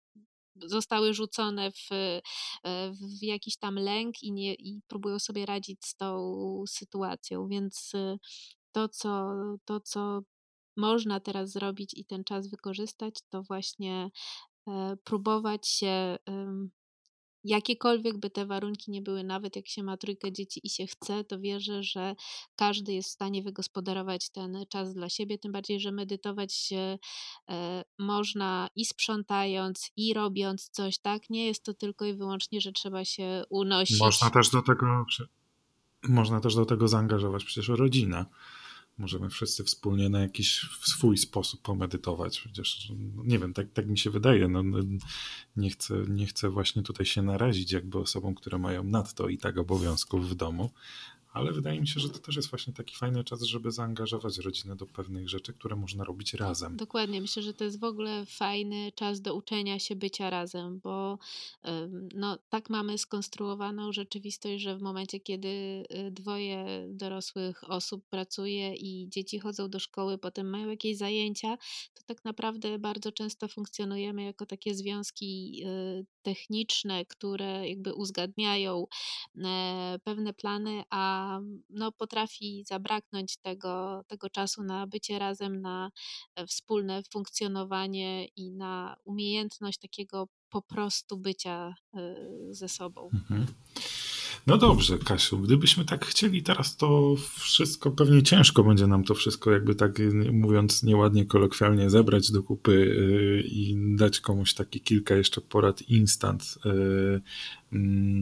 zostały rzucone w, e, w jakiś tam lęk i, nie, i próbują sobie radzić z tą sytuacją, więc e, to co, to, co można teraz zrobić i ten czas wykorzystać, to właśnie e, próbować się em, jakiekolwiek by te warunki nie były, nawet jak się ma trójkę dzieci i się chce, to wierzę, że każdy jest w stanie wygospodarować ten czas dla siebie, tym bardziej, że medytować się e, można i sprzątając, i robiąc coś, tak? Nie jest to tylko i wyłącznie, że trzeba się unosić. Można też do tego, można też do tego zaangażować przecież rodzinę. Możemy wszyscy wspólnie na jakiś swój sposób pomedytować. Przecież, no nie wiem, tak, tak mi się wydaje. No, nie, chcę, nie chcę właśnie tutaj się narazić jakby osobom, które mają nadto i tak obowiązków w domu, ale wydaje mi się, że to też jest właśnie taki fajny czas, żeby zaangażować rodzinę do pewnych rzeczy, które można robić razem. Dokładnie, myślę, że to jest w ogóle fajny czas do uczenia się bycia razem, bo ym, no, tak mamy skonstruowaną rzeczywistość, że w momencie, kiedy y, dwoje dorosłych osób pracuje i dzieci chodzą do szkoły, potem mają jakieś zajęcia, to tak naprawdę bardzo często funkcjonujemy jako takie związki y, techniczne, które jakby uzgadniają e, pewne plany, a no, potrafi zabraknąć tego, tego czasu na bycie razem, na e, wspólne funkcjonowanie i na umiejętność takiego po prostu bycia e, ze sobą. Mhm. No dobrze, Kasiu, gdybyśmy tak chcieli teraz to wszystko, pewnie ciężko będzie nam to wszystko, jakby tak mówiąc nieładnie, kolokwialnie, zebrać do kupy yy, i dać komuś takie kilka jeszcze porad instant, yy, yy,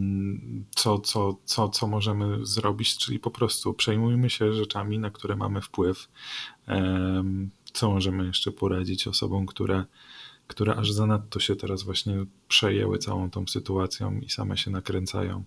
co, co, co, co możemy zrobić, czyli po prostu przejmujmy się rzeczami, na które mamy wpływ. Yy, co możemy jeszcze poradzić osobom, które które aż zanadto się teraz właśnie przejęły całą tą sytuacją i same się nakręcają.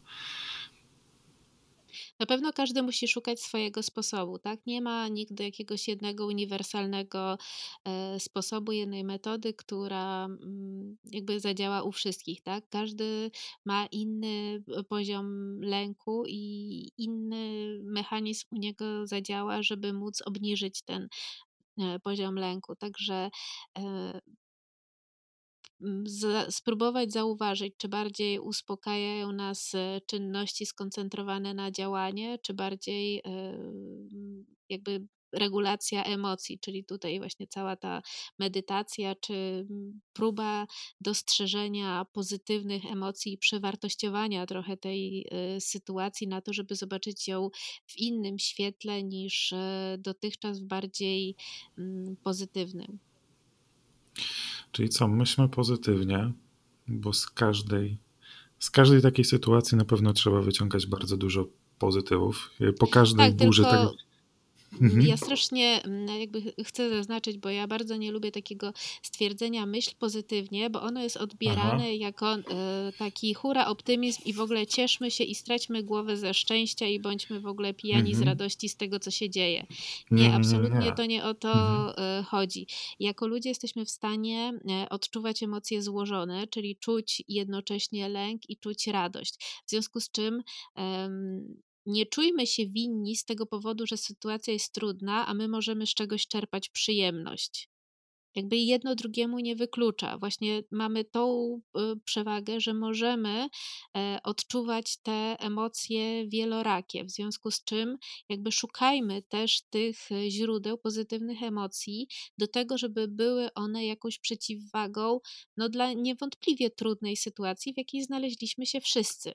Na pewno każdy musi szukać swojego sposobu, tak? Nie ma nigdy jakiegoś jednego uniwersalnego e, sposobu, jednej metody, która mm, jakby zadziała u wszystkich, tak? Każdy ma inny poziom lęku i inny mechanizm u niego zadziała, żeby móc obniżyć ten e, poziom lęku. Także e, m, za, spróbować zauważyć, czy bardziej uspokajają nas e, czynności skoncentrowane na działanie, czy bardziej e, m, jakby regulacja emocji, czyli tutaj właśnie cała ta medytacja, czy m, próba dostrzeżenia pozytywnych emocji i przewartościowania trochę tej e, sytuacji na to, żeby zobaczyć ją w innym świetle niż e, dotychczas w bardziej m, pozytywnym. Czyli co, myślmy pozytywnie, bo z każdej, z każdej takiej sytuacji na pewno trzeba wyciągać bardzo dużo pozytywów. Po każdej Tak, burzy tylko tego... Mhm. Ja strasznie mm, jakby ch- chcę zaznaczyć, bo ja bardzo nie lubię takiego stwierdzenia myśl pozytywnie, bo ono jest Aha. odbierane jako e, taki hura optymizm i w ogóle cieszmy się i straćmy głowę ze szczęścia i bądźmy w ogóle pijani z Mhm. radości z tego, co się dzieje. Nie, Nie, nie, nie, absolutnie nie. to nie o to Mhm. e, chodzi. Jako ludzie jesteśmy w stanie e, odczuwać emocje złożone, czyli czuć jednocześnie lęk i czuć radość. W związku z czym em, nie czujmy się winni z tego powodu, że sytuacja jest trudna, a my możemy z czegoś czerpać przyjemność. Jakby jedno drugiemu nie wyklucza. Właśnie mamy tą y, przewagę, że możemy e, odczuwać te emocje wielorakie, w związku z czym jakby szukajmy też tych e, źródeł pozytywnych emocji do tego, żeby były one jakąś przeciwwagą no, dla niewątpliwie trudnej sytuacji, w jakiej znaleźliśmy się wszyscy.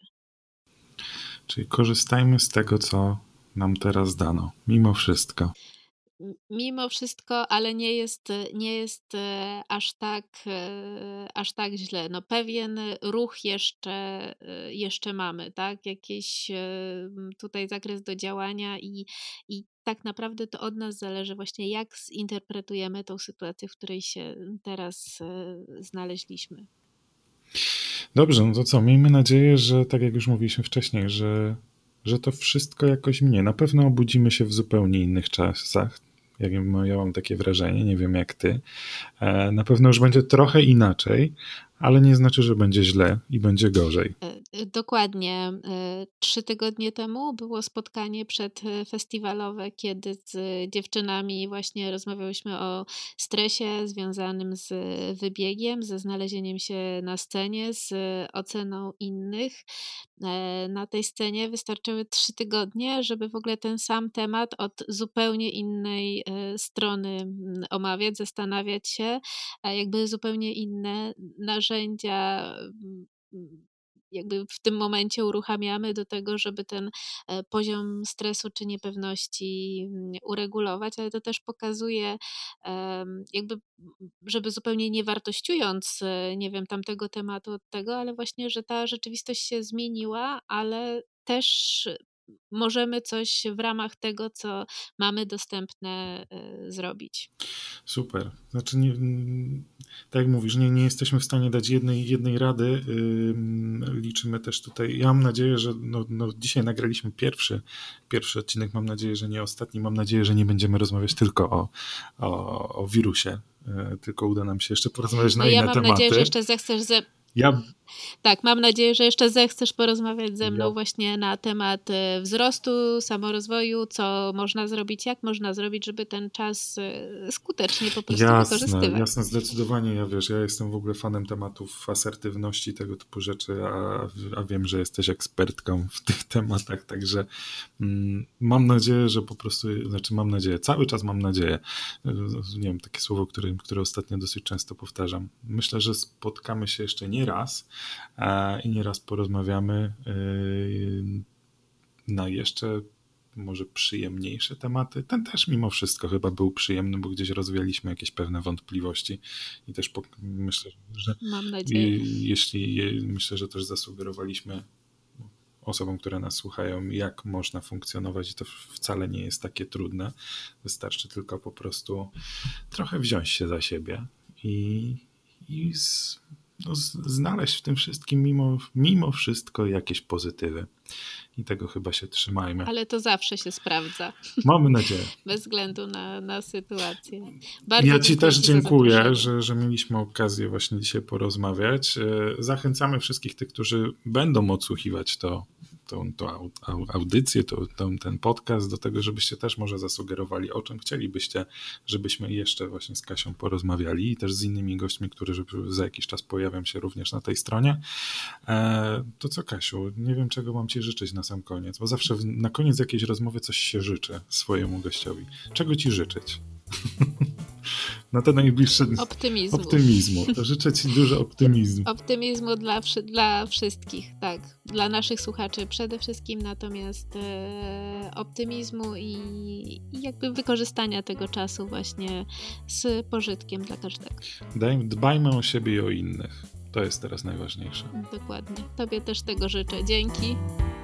Czyli korzystajmy z tego, co nam teraz dano, mimo wszystko. M- Mimo wszystko, ale nie jest, e, nie jest e, aż tak, e, aż tak źle. No pewien ruch jeszcze, e, jeszcze mamy, tak? Jakiś e, m, tutaj zakres do działania i, i tak naprawdę to od nas zależy właśnie, jak zinterpretujemy tą sytuację, w której się teraz e, znaleźliśmy. Dobrze, no to co? Miejmy nadzieję, że tak jak już mówiliśmy wcześniej, że, że to wszystko jakoś minie. Na pewno obudzimy się w zupełnie innych czasach. Jak ja ja mam takie wrażenie, nie wiem jak ty. E, Na pewno już będzie trochę inaczej, ale nie znaczy, że będzie źle i będzie gorzej. E, e, Dokładnie. e, Trzy tygodnie temu było spotkanie przedfestiwalowe, kiedy z dziewczynami właśnie rozmawiałyśmy o stresie związanym z wybiegiem, ze znalezieniem się na scenie, z oceną innych. E, Na tej scenie wystarczyły trzy tygodnie, żeby w ogóle ten sam temat od zupełnie innej e, strony mm, omawiać, zastanawiać się, a jakby zupełnie inne narzędzia mm, mm, jakby w tym momencie uruchamiamy do tego, żeby ten e, poziom stresu czy niepewności mm, uregulować, ale to też pokazuje, em, jakby, m, żeby zupełnie nie wartościując, e, nie wiem, tamtego tematu od tego, ale właśnie, że ta rzeczywistość się zmieniła, ale też możemy coś w ramach tego, co mamy dostępne, e, zrobić. Super. Znaczy, nie, mm, tak jak mówisz, nie, nie jesteśmy w stanie dać jednej, jednej rady. Ym, liczymy też tutaj. Ja mam nadzieję, że no, no, dzisiaj nagraliśmy pierwszy, pierwszy odcinek. Mam nadzieję, że nie ostatni. Mam nadzieję, że nie będziemy rozmawiać tylko o, o, o wirusie, y, tylko uda nam się jeszcze porozmawiać No na i ja inne mam nadzieję, że tematy. jeszcze zechcesz ze... Ja, Tak, mam nadzieję, że jeszcze zechcesz porozmawiać ze mną ja właśnie na temat e, wzrostu, samorozwoju, co można zrobić, jak można zrobić, żeby ten czas e, skutecznie po prostu Jasne, wykorzystywać. jasne, zdecydowanie. Ja wiesz, ja jestem w ogóle fanem tematów asertywności, tego typu rzeczy, a, a wiem, że jesteś ekspertką w tych tematach, także mm, mam nadzieję, że po prostu, znaczy mam nadzieję, cały czas mam nadzieję, nie wiem, takie słowo, które, które ostatnio dosyć często powtarzam. Myślę, że spotkamy się jeszcze nie raz a, i nie raz porozmawiamy yy, na jeszcze może przyjemniejsze tematy. Ten też mimo wszystko chyba był przyjemny, bo gdzieś rozwialiśmy jakieś pewne wątpliwości i też po, myślę, że Mam nadzieję. je, jeśli je, myślę, że też zasugerowaliśmy osobom, które nas słuchają, jak można funkcjonować i to wcale nie jest takie trudne. Wystarczy tylko po prostu trochę wziąć się za siebie i, i z, no, z, znaleźć w tym wszystkim mimo, mimo wszystko jakieś pozytywy. I tego chyba się trzymajmy. Ale to zawsze się sprawdza, Mamy nadzieję. bez względu na, na sytuację. Bardzo Ja Ci też ci za dziękuję, zaproszenie. że, że mieliśmy okazję właśnie dzisiaj porozmawiać. E, Zachęcamy wszystkich tych, którzy będą odsłuchiwać to, tą, tą au- au- audycję, to, tą, ten podcast, do tego, żebyście też może zasugerowali, o czym chcielibyście, żebyśmy jeszcze właśnie z Kasią porozmawiali i też z innymi gośćmi, którzy za jakiś czas pojawią się również na tej stronie. E, To co, Kasiu, nie wiem, czego mam Ci życzyć na sam koniec, bo zawsze w- na koniec jakiejś rozmowy coś się życzy swojemu gościowi. Czego Ci życzyć? Na te najbliższe... Optymizmu. Optymizmu. To życzę Ci dużo optymizmu. Optymizmu dla, wszy- dla wszystkich, tak. Dla naszych słuchaczy przede wszystkim, natomiast e, optymizmu i, i jakby wykorzystania tego czasu właśnie z pożytkiem dla każdego. Daj, dbajmy o siebie i o innych. To jest teraz najważniejsze. Dokładnie. Tobie też tego życzę. Dzięki.